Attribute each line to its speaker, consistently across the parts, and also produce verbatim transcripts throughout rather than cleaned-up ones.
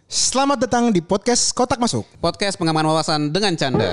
Speaker 1: Selamat datang di podcast Kotak Masuk.
Speaker 2: Podcast pengaman wawasan dengan canda.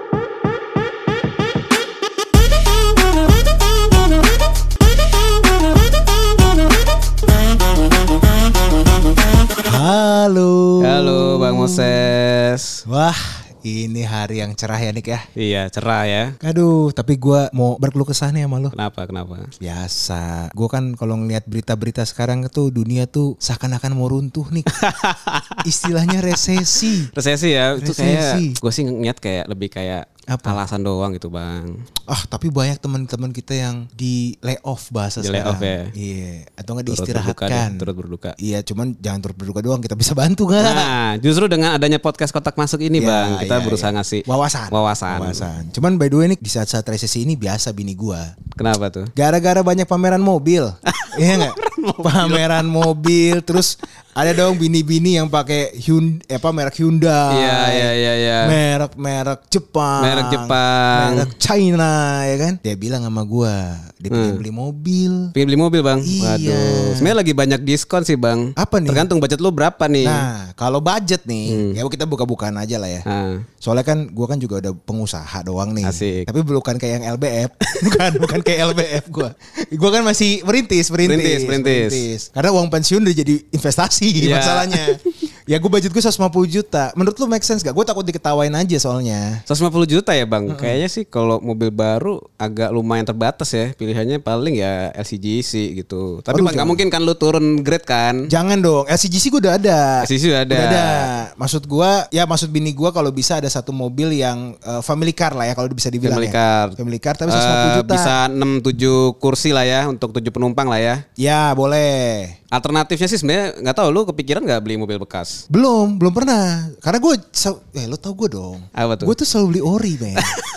Speaker 1: Halo.
Speaker 2: Halo Bang Moses.
Speaker 1: Wah, ini hari yang cerah ya Nick ya.
Speaker 2: Iya cerah ya.
Speaker 1: Aduh, tapi gue mau berkeluh kesah nih sama lo.
Speaker 2: Kenapa kenapa?
Speaker 1: Biasa. Gue kan kalau ngeliat berita-berita sekarang tuh dunia tuh seakan-akan mau runtuh nih. Istilahnya resesi.
Speaker 2: Resesi ya. Itu
Speaker 1: Resesi.
Speaker 2: kayak gue sih ngeliat kayak lebih kayak
Speaker 1: Apa?
Speaker 2: alasan doang gitu Bang.
Speaker 1: Ah, tapi banyak teman-teman kita yang di layoff bahasa
Speaker 2: Di
Speaker 1: sekarang.
Speaker 2: layoff ya.
Speaker 1: Iya, atau nggak
Speaker 2: Turut berduka
Speaker 1: diistirahatkan.
Speaker 2: deh, turut berduka.
Speaker 1: Iya, cuman jangan turut berduka doang, kita bisa bantu nggak?
Speaker 2: Nah, justru dengan adanya podcast Kotak Masuk ini
Speaker 1: Ya,
Speaker 2: Bang, kita
Speaker 1: ya,
Speaker 2: berusaha
Speaker 1: ya.
Speaker 2: ngasih
Speaker 1: wawasan.
Speaker 2: wawasan.
Speaker 1: Wawasan. Cuman by the way nih, di saat-saat resesi ini biasa bini gua.
Speaker 2: Kenapa tuh?
Speaker 1: Gara-gara banyak pameran mobil. Iya enggak? Pameran mobil, terus ada dong bini-bini yang pakai Hyundai, apa merek Hyundai.
Speaker 2: Iya iya iya iya.
Speaker 1: Merek-merek Jepang.
Speaker 2: Merek Jepang.
Speaker 1: Merek China, ya kan? Dia bilang sama gua, dia pengen
Speaker 2: Hmm.
Speaker 1: beli mobil.
Speaker 2: Pengen beli mobil Bang?
Speaker 1: Iya.
Speaker 2: Waduh. Sebenarnya lagi banyak diskon sih Bang.
Speaker 1: Apa nih?
Speaker 2: Tergantung budget lu berapa nih.
Speaker 1: Nah, kalau budget nih,
Speaker 2: Hmm.
Speaker 1: ya kita buka-bukaan aja lah ya.
Speaker 2: Nah.
Speaker 1: Soalnya kan gua kan juga udah pengusaha doang nih.
Speaker 2: Asik.
Speaker 1: Tapi bukan kayak yang L B F. bukan, bukan kayak L B F gua. Gua kan masih merintis, merintis,
Speaker 2: Perintis, perintis.
Speaker 1: Karena uang pensiun udah jadi investasi
Speaker 2: Iya.
Speaker 1: masalahnya. Ya gue budget gue seratus lima puluh juta. Menurut lu make sense gak? Gue takut diketawain aja soalnya.
Speaker 2: seratus lima puluh juta ya Bang. Kayaknya sih kalau mobil baru agak lumayan terbatas ya. Pilihannya paling ya L C G C gitu. Tapi
Speaker 1: Aduh,
Speaker 2: Bang, nggak
Speaker 1: jangan.
Speaker 2: mungkin kan lu turun grade kan?
Speaker 1: Jangan dong, L C G C gue udah ada.
Speaker 2: L C G C udah ada.
Speaker 1: Udah ada. Maksud gue, ya maksud bini gue kalau bisa ada satu mobil yang uh, family car lah ya kalau bisa dibilang
Speaker 2: Family
Speaker 1: ya.
Speaker 2: car.
Speaker 1: Family car tapi seratus lima puluh
Speaker 2: Eh,
Speaker 1: juta.
Speaker 2: Bisa enam tujuh kursi lah ya untuk tujuh penumpang lah ya.
Speaker 1: Ya boleh.
Speaker 2: Alternatifnya sih sebenarnya nggak tahu, lu kepikiran nggak beli mobil bekas?
Speaker 1: Belum, belum pernah. Karena gue, eh lo tau gue dong.
Speaker 2: Apa tuh?
Speaker 1: Gue tuh selalu beli ori, men.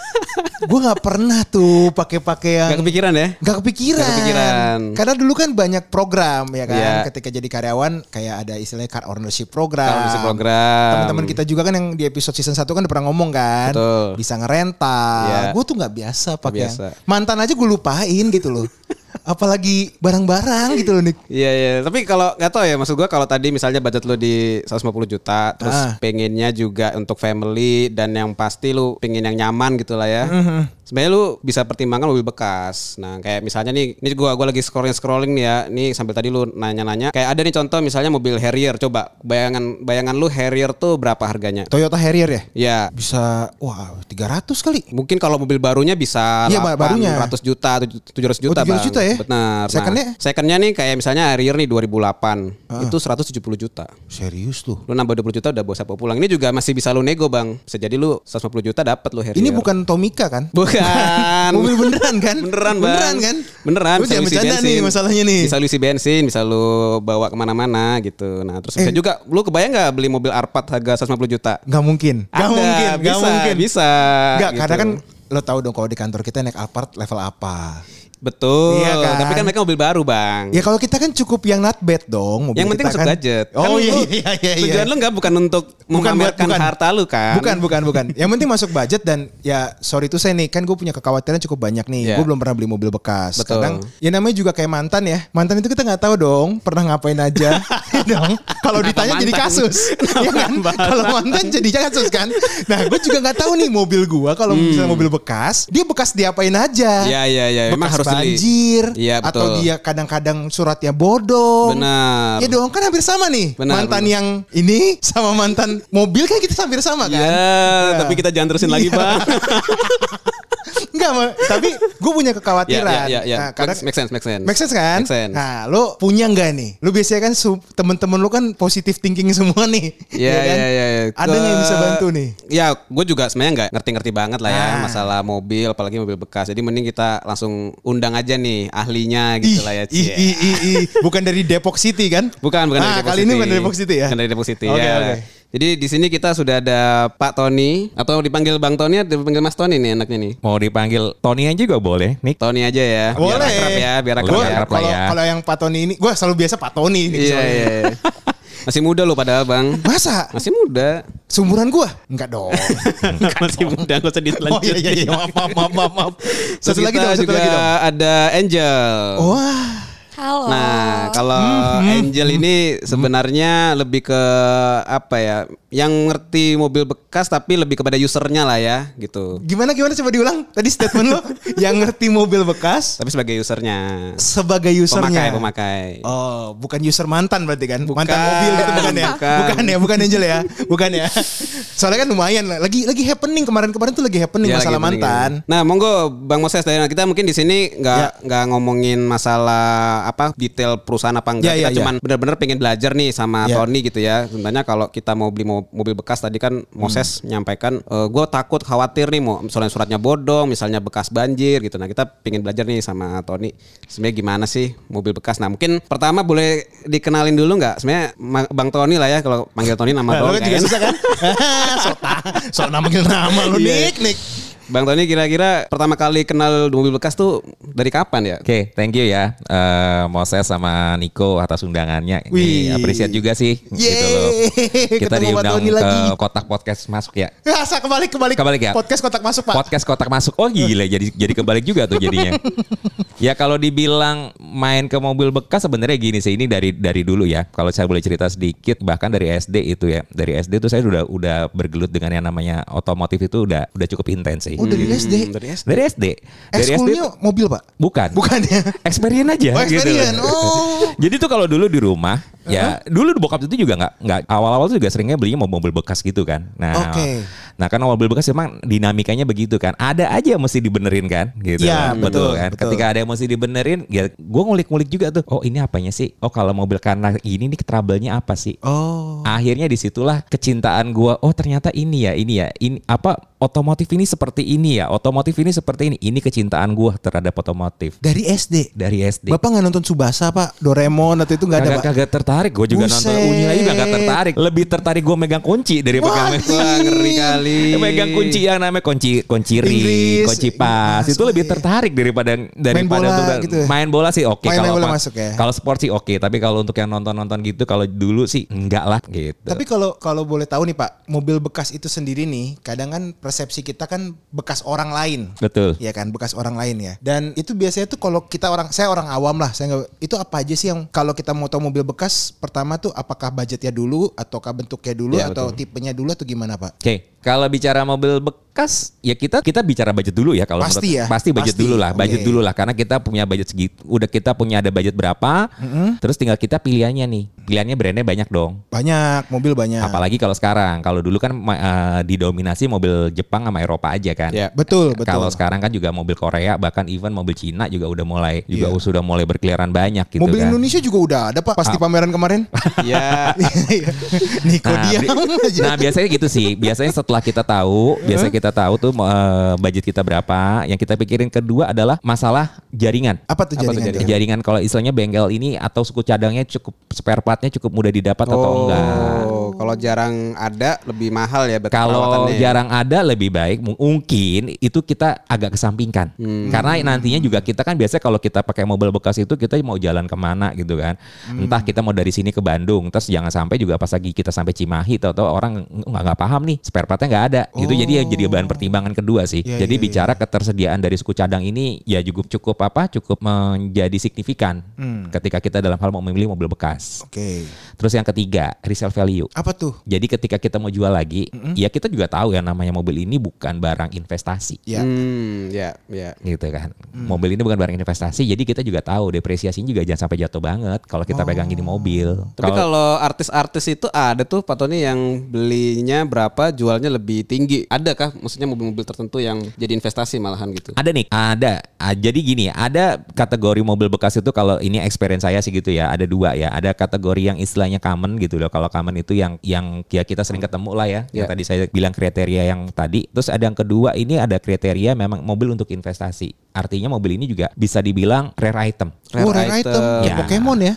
Speaker 1: Gue nggak pernah tuh pakai-pakai yang.
Speaker 2: Nggak kepikiran ya?
Speaker 1: Gak kepikiran.
Speaker 2: Nggak kepikiran.
Speaker 1: Karena dulu kan banyak program ya kan.
Speaker 2: Iya.
Speaker 1: Ketika jadi karyawan kayak ada istilahnya car ownership program.
Speaker 2: Car ownership program.
Speaker 1: Teman-teman kita juga kan yang di episode season satu kan udah pernah ngomong kan.
Speaker 2: Betul.
Speaker 1: Bisa ngerental.
Speaker 2: Iya.
Speaker 1: Gue tuh nggak biasa pakai yang-
Speaker 2: biasa.
Speaker 1: mantan aja gue lupain gitu loh. Apalagi barang-barang gitu loh Nick.
Speaker 2: Iya iya, tapi kalau nggak tahu ya, maksud gua kalau tadi misalnya budget lu di seratus lima puluh juta, terus
Speaker 1: Ah.
Speaker 2: pengennya juga untuk family dan yang pasti lu pengen yang nyaman gitu lah ya. Sebenarnya lu bisa pertimbangkan mobil bekas. Nah, kayak misalnya nih, ini gua gua lagi scrolling scrolling nih ya. Nih sambil tadi lu nanya-nanya, kayak ada nih contoh misalnya mobil Harrier. Coba bayangan bayangan lu Harrier tuh berapa harganya?
Speaker 1: Toyota Harrier ya?
Speaker 2: Ya,
Speaker 1: Bisa wah tiga ratus kali.
Speaker 2: mungkin kalau mobil barunya bisa
Speaker 1: Iya, barunya.
Speaker 2: delapan ratus juta, tujuh ratus juta,
Speaker 1: Oh, tujuh ratus
Speaker 2: Bang.
Speaker 1: juta ya?
Speaker 2: Benar.
Speaker 1: Secondnya?
Speaker 2: Nah, secondnya nih kayak misalnya Harrier nih dua ribu delapan. Itu seratus tujuh puluh juta.
Speaker 1: Serius tuh.
Speaker 2: Lu nambah dua puluh juta udah bawa sapu pulang. Ini juga masih bisa lu nego Bang. Bisa jadi lu seratus lima puluh juta dapat lu Harrier.
Speaker 1: Ini bukan Tomica kan?
Speaker 2: Bukan.
Speaker 1: Mobil beneran kan?
Speaker 2: Beneran Bang.
Speaker 1: Beneran kan?
Speaker 2: Beneran.
Speaker 1: Lu jangan
Speaker 2: lu isi
Speaker 1: bercanda nih
Speaker 2: bensin.
Speaker 1: masalahnya nih.
Speaker 2: Bisa lu isi bensin, bisa lu bawa kemana-mana gitu. Nah terus bisa
Speaker 1: Eh.
Speaker 2: juga, lu kebayang gak beli mobil Alphard harga seratus lima puluh juta?
Speaker 1: Gak mungkin. Gak
Speaker 2: Ada,
Speaker 1: mungkin. Gak
Speaker 2: bisa,
Speaker 1: mungkin.
Speaker 2: Bisa.
Speaker 1: Gak,
Speaker 2: gitu.
Speaker 1: karena kan lo tahu dong kalau di kantor kita naik Alphard level apa.
Speaker 2: Betul.
Speaker 1: Iya kan?
Speaker 2: Tapi kan mereka mobil baru Bang.
Speaker 1: Ya kalau kita kan cukup yang not bad dong. Mobil
Speaker 2: Yang penting
Speaker 1: kita
Speaker 2: masuk
Speaker 1: kan.
Speaker 2: budget.
Speaker 1: Oh
Speaker 2: Kan
Speaker 1: iya
Speaker 2: lu-
Speaker 1: iya iya. iya.
Speaker 2: Tujuan lu nggak bukan untuk
Speaker 1: Bukan,
Speaker 2: memamerkan
Speaker 1: bukan.
Speaker 2: harta lu kan?
Speaker 1: Bukan, bukan, bukan. Yang penting masuk budget dan ya sorry itu saya nih kan gue punya kekhawatiran cukup banyak nih.
Speaker 2: Iya.
Speaker 1: Gue belum pernah beli mobil bekas.
Speaker 2: Betul.
Speaker 1: Kadang ya namanya juga kayak mantan ya. Mantan itu kita nggak tahu dong pernah ngapain aja. dong. Kalau
Speaker 2: Kenapa
Speaker 1: ditanya jadi
Speaker 2: mantan?
Speaker 1: kasus.
Speaker 2: Kenapa
Speaker 1: ya kan?
Speaker 2: mantan?
Speaker 1: Kalau mantan jadi kasus kan. Nah gue juga nggak tahu nih mobil gue kalau misalnya mobil bekas dia bekas diapain aja.
Speaker 2: Iya iya iya. Memang
Speaker 1: Bekas
Speaker 2: harus dili.
Speaker 1: banjir.
Speaker 2: Iya,
Speaker 1: Atau
Speaker 2: betul.
Speaker 1: dia kadang-kadang suratnya bodong.
Speaker 2: Benar.
Speaker 1: Ya dong kan hampir sama nih.
Speaker 2: Benar,
Speaker 1: mantan
Speaker 2: benar.
Speaker 1: yang ini sama mantan mobil kan kita hampir sama kan.
Speaker 2: Ya, tapi kita jangan terusin lagi
Speaker 1: Iya.
Speaker 2: Bang.
Speaker 1: Enggak, Ma. Tapi gue punya kekhawatiran.
Speaker 2: Ya, ya, ya, ya.
Speaker 1: Nah, karena
Speaker 2: Make sense, make sense.
Speaker 1: make sense kan?
Speaker 2: Make sense.
Speaker 1: Nah, lo punya nggak nih? Lo biasanya kan su- temen-temen lo kan positive thinking semua nih.
Speaker 2: Iya
Speaker 1: ya kan?
Speaker 2: iya iya. iya.
Speaker 1: Ada nggak yang bisa bantu nih?
Speaker 2: Ya, gue juga sebenarnya nggak ngerti-ngerti banget lah ya
Speaker 1: Ah.
Speaker 2: masalah mobil, apalagi mobil bekas. Jadi mending kita langsung undang aja nih ahlinya gitu lah ya.
Speaker 1: ih,
Speaker 2: Cie.
Speaker 1: ih, ih, ih. Bukan dari Depok City kan?
Speaker 2: Bukan, bukan
Speaker 1: Ah,
Speaker 2: dari Depok
Speaker 1: kali
Speaker 2: City.
Speaker 1: ini bukan dari Depok City ya?
Speaker 2: Bukan dari Depok City
Speaker 1: Oke,
Speaker 2: ya.
Speaker 1: oke.
Speaker 2: Jadi di sini kita sudah ada Pak Tony, atau dipanggil Bang Tony atau dipanggil Mas Tony nih enaknya nih.
Speaker 3: Mau dipanggil Tony aja juga boleh, Nick.
Speaker 2: Tony aja ya.
Speaker 1: Boleh.
Speaker 2: Biar akrab ya, biar akrab
Speaker 1: Gua-
Speaker 2: ya.
Speaker 3: akrab lah
Speaker 1: Kalau
Speaker 3: ya.
Speaker 1: kalau yang Pak Tony ini, gue selalu biasa Pak Tony nih.
Speaker 2: Iya
Speaker 1: soalnya.
Speaker 2: iya. iya. Masih muda loh padahal Bang.
Speaker 1: Masa?
Speaker 2: Masih muda.
Speaker 1: Seumuran gue? Enggak dong.
Speaker 2: Masih muda, gak usah
Speaker 1: Oh
Speaker 2: dilanjut.
Speaker 1: iya iya iya. Maaf maaf maaf maaf. maaf.
Speaker 2: Terus
Speaker 1: Satu lagi
Speaker 2: kita
Speaker 1: dong, satu
Speaker 2: juga
Speaker 1: lagi dong.
Speaker 2: ada Angel.
Speaker 1: Wah.
Speaker 4: Halo.
Speaker 2: Nah, kalau Angel ini sebenarnya lebih ke apa ya? Yang ngerti mobil bekas tapi lebih kepada usernya lah ya, gitu.
Speaker 1: Gimana gimana coba diulang tadi statement lo. Yang ngerti mobil bekas
Speaker 2: Tapi sebagai usernya.
Speaker 1: sebagai usernya.
Speaker 2: Pemakai, pemakai.
Speaker 1: Oh, bukan user mantan berarti kan?
Speaker 2: Bukan.
Speaker 1: Mantan mobil gitu bukan ya?
Speaker 2: Bukan.
Speaker 1: Bukan ya, bukan Angel ya. Bukan ya. Soalnya kan lumayan lah. Lagi lagi happening kemarin-kemarin tuh lagi happening
Speaker 2: Ya,
Speaker 1: masalah
Speaker 2: lagi
Speaker 1: mantan.
Speaker 2: penting. Nah, monggo Bang Moses dari kita mungkin di sini nggak nggak ngomongin masalah apa detail perusahaan apa enggak.
Speaker 1: Ya,
Speaker 2: kita
Speaker 1: ya,
Speaker 2: cuman
Speaker 1: ya.
Speaker 2: benar-benar pengen belajar nih sama
Speaker 1: Ya.
Speaker 2: Tony gitu ya. Sebenarnya kalau kita mau beli mo- mobil bekas tadi kan Moses menyampaikan gue takut khawatir nih mau misalnya suratnya bodong, misalnya bekas banjir gitu. Nah, kita pengen belajar nih sama Tony. Sebenarnya gimana sih mobil bekas? Nah, mungkin pertama boleh dikenalin dulu nggak? Sebenarnya Ma- Bang Tony lah ya, kalau panggil Tony nama
Speaker 1: Nah,
Speaker 2: doang
Speaker 1: lo kan juga
Speaker 2: kan.
Speaker 1: susah kan? so, so namanya nama lu
Speaker 2: Iya.
Speaker 1: Nick, Nick.
Speaker 2: Bang Tony kira-kira pertama kali kenal mobil bekas tuh dari kapan ya?
Speaker 3: Oke, thank you ya eh, Moses sama Nico atas undangannya.
Speaker 1: Wih.
Speaker 3: Ini appreciate juga sih gitu
Speaker 1: Yeay,
Speaker 3: loh. Kita
Speaker 1: ketemu Pak
Speaker 3: diundang
Speaker 1: Tony
Speaker 3: ke
Speaker 1: lagi.
Speaker 3: kotak podcast masuk ya.
Speaker 1: Asa kebalik kebalik.
Speaker 3: Kebalik ya?
Speaker 1: Podcast kotak masuk, Pak.
Speaker 3: Podcast kotak masuk. Oh gila, jadi jadi kebalik juga tuh jadinya. Ya kalau dibilang main ke mobil bekas sebenarnya gini sih, ini dari dari dulu ya. Kalau saya boleh cerita sedikit, bahkan dari S D itu ya. Dari S D itu saya udah udah bergelut dengan yang namanya otomotif itu udah udah cukup intens sih.
Speaker 1: Oh, dari S D.
Speaker 2: Hmm, dari S D.
Speaker 3: Dari S D. Dari S D
Speaker 1: Ekskulnya mobil, Pak?
Speaker 3: bukan.
Speaker 1: Bukan ya?
Speaker 3: Experience aja
Speaker 1: Oh,
Speaker 3: gitu
Speaker 1: experience.
Speaker 3: loh.
Speaker 1: Oh.
Speaker 3: Jadi tuh kalau dulu di rumah ya dulu bokap itu juga nggak nggak awal-awal tuh juga seringnya belinya mobil bekas gitu kan. Nah,
Speaker 1: Oke.
Speaker 3: nah kan mobil bekas memang dinamikanya begitu kan. Ada aja yang mesti dibenerin kan gitu.
Speaker 1: Iya,
Speaker 3: kan.
Speaker 1: betul,
Speaker 3: kan.
Speaker 1: betul.
Speaker 3: Ketika ada yang mesti dibenerin ya gue ngulik-ngulik juga tuh. Oh ini apanya sih? Oh kalau mobil karena ini nih trouble-nya apa sih?
Speaker 1: Oh.
Speaker 3: Akhirnya disitulah kecintaan gue. Oh ternyata ini ya, ini ya, ini apa otomotif ini seperti ini ya, otomotif ini seperti ini. Ini kecintaan gue terhadap otomotif
Speaker 1: Dari S D.
Speaker 3: dari S D.
Speaker 1: Bapak nggak nonton Tsubasa, Pak? Doraemon atau itu nggak ada,
Speaker 3: Kagak
Speaker 1: Pak?
Speaker 3: kagak tertarik. Gue juga
Speaker 1: Buset.
Speaker 3: nonton Uni lagi juga gak tertarik. Lebih tertarik gue megang kunci daripada
Speaker 1: Wah,
Speaker 3: megang
Speaker 2: Wah, ngeri kali.
Speaker 3: megang kunci yang namanya kunci kunci ring,
Speaker 1: Inggris.
Speaker 3: kunci pas.
Speaker 1: Masuk,
Speaker 3: Itu lebih
Speaker 1: iya.
Speaker 3: tertarik daripada daripada
Speaker 1: bola
Speaker 3: untuk
Speaker 1: gitu ya?
Speaker 3: main bola sih oke.
Speaker 1: Main- main
Speaker 3: Kalau
Speaker 1: bola
Speaker 3: apa-
Speaker 1: masuk ya?
Speaker 3: Kalau sport sih oke, tapi kalau untuk yang nonton-nonton gitu kalau dulu sih enggak lah gitu.
Speaker 1: Tapi kalau kalau boleh tahu nih, Pak, mobil bekas itu sendiri nih, kadang kan persepsi kita kan bekas orang lain.
Speaker 3: Betul.
Speaker 1: Iya kan, bekas orang lain ya. Dan itu biasanya tuh kalau kita orang, saya orang awam lah, saya nggak, itu apa aja sih yang kalau kita mau tahu mobil bekas, pertama tuh apakah budgetnya dulu, ataukah bentuknya dulu,
Speaker 3: Ya,
Speaker 1: atau
Speaker 3: betul.
Speaker 1: tipenya dulu atau gimana, Pak?
Speaker 3: Oke, kalau bicara mobil bekas ya kita kita bicara budget dulu ya kalau
Speaker 1: Pasti
Speaker 3: menurut-
Speaker 1: ya?
Speaker 3: pasti budget
Speaker 1: Pasti.
Speaker 3: dulu lah, budget
Speaker 1: Oke.
Speaker 3: dulu lah karena kita punya budget segitu. Udah kita punya ada budget berapa? Terus tinggal kita pilihannya nih. Pilihannya brandnya banyak dong.
Speaker 1: Banyak, mobil banyak.
Speaker 3: Apalagi kalau sekarang, kalau dulu kan ma- eh, didominasi mobil Jepang sama Eropa aja kan.
Speaker 2: Ya.
Speaker 1: Betul, betul.
Speaker 3: Kalau sekarang kan juga mobil Korea bahkan even mobil Cina juga udah mulai juga
Speaker 1: Iya.
Speaker 3: sudah mulai berkeliaran banyak gitu
Speaker 1: mobil
Speaker 3: kan.
Speaker 1: Indonesia juga udah ada, Pak, pasti pameran kemarin.
Speaker 2: Ya.
Speaker 1: Niko
Speaker 3: Nah,
Speaker 1: diam
Speaker 3: bi-
Speaker 1: aja.
Speaker 3: nah biasanya gitu sih. Biasanya setelah kita tahu, biasanya kita tahu tuh eh, budget kita berapa. Yang kita pikirin kedua adalah masalah jaringan.
Speaker 1: Apa tuh
Speaker 2: Apa tuh
Speaker 1: jaringan?
Speaker 2: jaringan?
Speaker 3: Jaringan kalau istilahnya bengkel ini atau suku cadangnya cukup spare partnya cukup mudah didapat atau enggak.
Speaker 2: Oh, kalau jarang ada lebih mahal ya betul
Speaker 3: Kalau
Speaker 2: perawatannya ya?
Speaker 3: jarang ada lebih baik M- mungkin itu kita agak kesampingkan karena nantinya juga kita kan biasanya kalau kita pakai mobil bekas itu kita mau jalan kemana gitu kan entah kita mau dari sini ke Bandung terus jangan sampai juga pas lagi kita sampai Cimahi atau orang nggak nggak paham nih spare partnya nggak ada itu jadi jadi bahan pertimbangan kedua sih
Speaker 1: Iya,
Speaker 3: jadi
Speaker 1: iya,
Speaker 3: bicara ketersediaan dari suku cadang ini ya juga cukup apa cukup menjadi signifikan ketika kita dalam hal mau memilih mobil bekas.
Speaker 1: Oke.
Speaker 3: Terus yang ketiga resale value.
Speaker 1: Apa tuh?
Speaker 3: Jadi ketika kita mau jual lagi, ya kita juga tahu ya namanya mobil ini bukan barang investasi.
Speaker 1: Ya.
Speaker 2: Hmm, ya, ya.
Speaker 3: Gitu kan. Mobil ini bukan barang investasi, jadi kita juga tahu depresiasinya juga jangan sampai jatuh banget kalau kita pegang ini mobil.
Speaker 2: Tapi kalau artis-artis itu ada tuh Pak Tony yang belinya berapa, jualnya lebih tinggi. Adakah maksudnya mobil-mobil tertentu yang jadi investasi malahan gitu?
Speaker 3: ada nih, ada. Ah, jadi gini, ada kategori mobil bekas itu kalau ini experience saya sih gitu ya, ada dua ya. Ada kategori yang istilahnya common gitu loh. Kalau common itu yang yang ya kita sering ketemu lah ya. Yang
Speaker 2: Ya.
Speaker 3: tadi saya bilang kriteria yang tadi. Terus ada yang kedua ini ada kriteria memang mobil untuk investasi. Artinya mobil ini juga bisa dibilang rare item.
Speaker 2: Rare
Speaker 1: oh, rare
Speaker 2: item.
Speaker 1: item.
Speaker 3: Ya.
Speaker 1: Pokemon ya.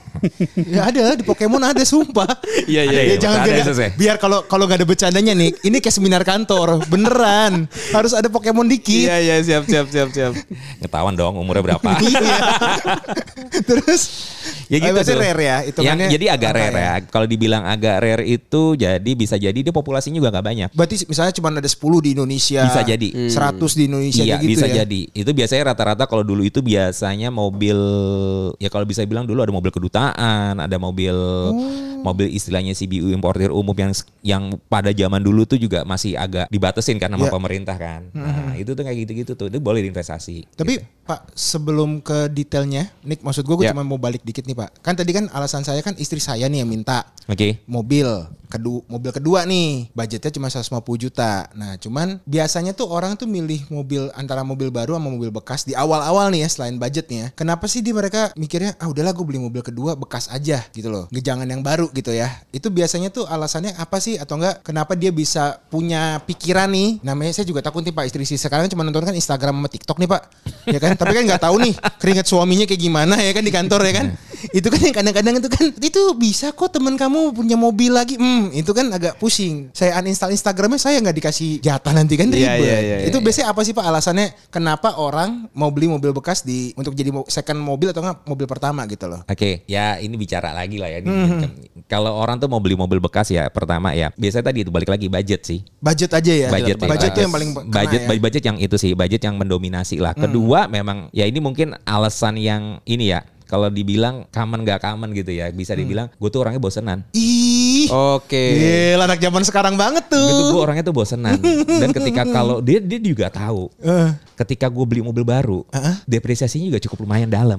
Speaker 1: Ya ada di Pokemon ada sumpah.
Speaker 2: Iya, iya,
Speaker 3: Ada
Speaker 1: Ya,
Speaker 3: ya,
Speaker 1: jangan
Speaker 3: ada
Speaker 1: biar,
Speaker 3: ya, Sus, ya?
Speaker 1: biar kalau kalau nggak ada bercandanya nih, ini kayak seminar kantor, beneran harus ada Pokemon dikit.
Speaker 2: Iya, iya, siap, siap, siap, siap.
Speaker 3: Ketahuan dong umurnya berapa.
Speaker 1: Iya. Terus,
Speaker 3: Ya
Speaker 1: Oh,
Speaker 3: gitu
Speaker 1: berarti
Speaker 3: tuh.
Speaker 1: rare ya,
Speaker 3: Yang
Speaker 1: hitungannya
Speaker 3: jadi agak
Speaker 1: angka
Speaker 3: rare ya. Kalau dibilang agak rare itu jadi bisa jadi dia populasinya juga nggak banyak.
Speaker 1: Berarti misalnya cuma ada sepuluh di Indonesia.
Speaker 3: Bisa jadi.
Speaker 1: seratus di Indonesia
Speaker 3: Iya
Speaker 1: kayak gitu
Speaker 3: bisa
Speaker 1: ya.
Speaker 3: jadi. Itu biasanya rata-rata kalau dulu itu biasanya mobil ya kalau bisa bilang dulu ada mobil kedutaan, ada mobil mobil istilahnya C B U importir umum yang yang pada zaman dulu tuh juga masih agak dibatasin kan sama
Speaker 1: Ya.
Speaker 3: pemerintah kan. Nah itu tuh kayak gitu-gitu tuh itu boleh diinvestasi.
Speaker 1: Tapi
Speaker 3: gitu.
Speaker 1: Pak, sebelum ke detailnya, Nick, maksud gue gue
Speaker 2: Ya.
Speaker 1: cuma mau balik dikit nih Pak. Kan tadi kan alasan saya kan istri saya nih yang minta
Speaker 3: Oke.
Speaker 1: mobil kedua, mobil kedua nih, budgetnya cuma seratus lima puluh juta. Nah, cuman biasanya tuh orang tuh milih mobil antara mobil baru sama mobil bekas di awal-awal nih ya, selain budgetnya. Kenapa sih di mereka mikirnya ah udahlah gue beli mobil kedua bekas aja gitu loh, jangan yang baru gitu ya. Itu biasanya tuh alasannya apa sih atau enggak? Kenapa dia bisa punya pikiran nih? Namanya saya juga takut nih Pak, istri sih sekarang cuma nonton kan Instagram sama TikTok nih Pak, ya kan? Tapi kan nggak tahu nih keringat suaminya kayak gimana ya kan di kantor ya kan? Itu kan yang kadang-kadang itu kan itu bisa kok temen kamu punya mobil lagi, hmm itu kan agak pusing. Saya uninstall Instagramnya, saya nggak dikasih jatah nanti kan ribet.
Speaker 2: Iya, iya, iya,
Speaker 1: Itu
Speaker 2: iya.
Speaker 1: biasanya apa sih Pak alasannya kenapa orang mau beli mobil bekas di untuk jadi mo- second mobil atau enggak mobil pertama gitu loh?
Speaker 3: Oke, ya ini bicara lagi lah ya. Ini. Kalau orang tuh mau beli mobil bekas ya pertama ya biasanya tadi itu balik lagi budget sih.
Speaker 1: Budget aja ya.
Speaker 3: Budget,
Speaker 1: budget
Speaker 3: ya,
Speaker 1: tuh yang paling kena
Speaker 3: budget,
Speaker 1: ya.
Speaker 3: budget yang itu sih, budget yang mendominasi lah. Kedua memang ya ini mungkin alasan yang ini ya. Kalau dibilang common gak common gitu ya, bisa dibilang gue tuh orangnya bosenan.
Speaker 1: Ih.
Speaker 2: Oke.
Speaker 1: Gila anak zaman sekarang banget tuh.
Speaker 3: Gitu gue orangnya tuh bosenan. Dan ketika kalau dia dia juga tahu,
Speaker 1: Eh.
Speaker 3: ketika gue beli mobil baru,
Speaker 1: Uh-uh.
Speaker 3: depresiasinya juga cukup lumayan dalam.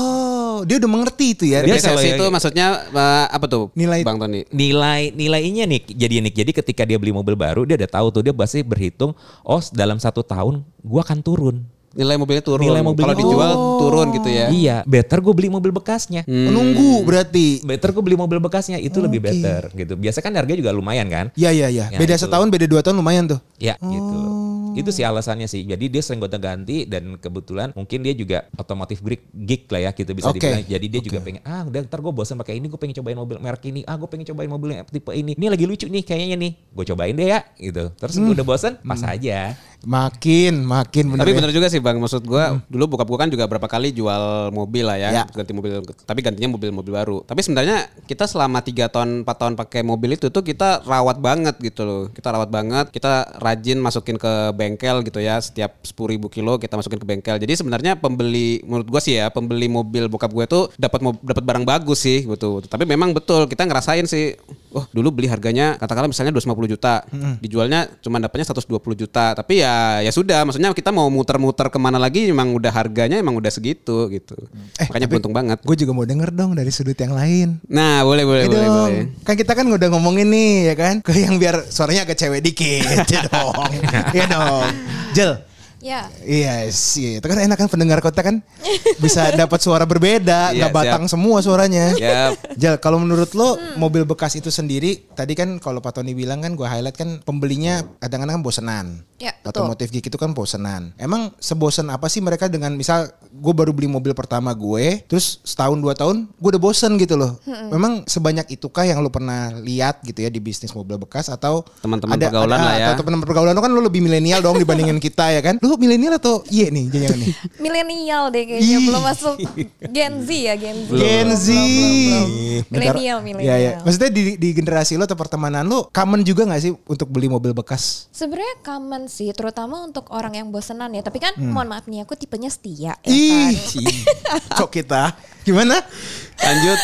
Speaker 1: Oh, dia udah mengerti itu ya.
Speaker 3: Dia
Speaker 2: Depresiasi
Speaker 3: kalau ya-
Speaker 2: itu maksudnya uh, apa tuh?
Speaker 1: Nilai-
Speaker 2: Bang Tony.
Speaker 3: Nilai nilainya nih jadi nih jadi ketika dia beli mobil baru dia udah tahu tuh dia pasti berhitung oh dalam satu tahun gue akan turun.
Speaker 2: Nilai mobilnya turun.
Speaker 3: Nilai mobilnya-
Speaker 2: Kalau dijual
Speaker 1: Oh.
Speaker 2: turun gitu ya.
Speaker 3: Iya, better gue beli mobil bekasnya.
Speaker 1: Menunggu berarti.
Speaker 3: Better gue beli mobil bekasnya itu lebih
Speaker 1: Oke.
Speaker 3: better gitu. Biasa kan harganya juga lumayan kan?
Speaker 1: Iya iya iya.
Speaker 3: Ya,
Speaker 1: Beda
Speaker 3: itu.
Speaker 1: setahun, beda dua tahun lumayan tuh.
Speaker 3: Ya gitu. Itu sih alasannya sih. Jadi dia sering gonta-ganti dan kebetulan mungkin dia juga otomotif geek, geek lah ya gitu bisa
Speaker 1: Oke.
Speaker 3: dibilang. Jadi dia juga pengen ah udah ntar gue bosan pakai ini gue pengen cobain mobil merek ini. Ah gue pengen cobain mobil yang tipe ini. Ini lagi lucu nih kayaknya nih. Gue cobain deh ya gitu. Terus gue udah bosan pas aja.
Speaker 1: Makin makin bener.
Speaker 2: Tapi
Speaker 1: ya.
Speaker 2: bener juga sih Bang, maksud gua dulu bokap gua kan juga berapa kali jual mobil lah ya,
Speaker 1: Ya.
Speaker 2: ganti mobil, tapi gantinya mobil-mobil baru. Tapi sebenarnya kita selama tiga tahun empat tahun pakai mobil itu tuh kita rawat banget gitu loh. Kita rawat banget, kita rajin masukin ke bengkel gitu ya, setiap sepuluh ribu kilo kita masukin ke bengkel. Jadi sebenarnya pembeli menurut gua sih ya, pembeli mobil bokap gue tuh dapat mo- dapat barang bagus sih betul. Tapi memang betul kita ngerasain sih, oh dulu beli harganya katakanlah misalnya dua ratus lima puluh juta, dijualnya cuma dapatnya seratus dua puluh juta. Tapi ya ya sudah, maksudnya kita mau muter-muter kemana lagi emang udah harganya emang udah segitu gitu.
Speaker 1: Eh,
Speaker 2: Makanya
Speaker 1: tapi
Speaker 2: beruntung banget.
Speaker 1: Gue juga mau denger dong dari sudut yang lain.
Speaker 2: Nah boleh boleh
Speaker 1: Iya
Speaker 2: boleh,
Speaker 1: dong.
Speaker 2: boleh.
Speaker 1: Kan kita kan udah ngomongin nih ya kan. Ke yang biar suaranya agak cewek dikit. Ya dong. Iya dong. Jel.
Speaker 4: Ya.
Speaker 1: Iya sih. Itu kan enak kan pendengar kota kan bisa dapat suara berbeda,
Speaker 2: Iya,
Speaker 1: nggak batang semua suaranya.
Speaker 2: Yap.
Speaker 1: Jel, kalau menurut lo mobil bekas itu sendiri, tadi kan kalau Pak Tony bilang kan gue highlight kan pembelinya kadang-kadang kan bosenan.
Speaker 4: Ya, betul.
Speaker 1: Otomotif geek itu kan bosenan. Emang sebosen apa sih mereka dengan misal gue baru beli mobil pertama gue, terus setahun dua tahun gue udah bosen gitu loh. Memang sebanyak itukah yang lo pernah lihat gitu ya di bisnis mobil bekas atau
Speaker 2: Teman-teman
Speaker 1: ada-
Speaker 2: pergaulan
Speaker 1: ada-
Speaker 2: lah ya.
Speaker 1: Atau teman pergaulan lo kan lo lebih milenial dong dibandingin kita ya kan. Lo milenial atau iya nih jangan nih.
Speaker 4: Milenial deh kayaknya,
Speaker 1: Ih.
Speaker 4: belum masuk Gen Z ya, Gen Z.
Speaker 1: Gen Z.
Speaker 4: Belum, belum, belum.
Speaker 1: Bentar.
Speaker 4: Milenial,
Speaker 1: Ya, ya.
Speaker 4: milenial.
Speaker 1: Maksudnya di, di generasi lo atau pertemanan lo common juga gak sih untuk beli mobil bekas?
Speaker 4: Sebenarnya common sih, terutama untuk orang yang bosenan ya. Tapi kan mohon maaf nih, aku tipenya setia ya
Speaker 1: Ih,
Speaker 4: kan.
Speaker 1: kok kita? Gimana?
Speaker 2: Lanjut.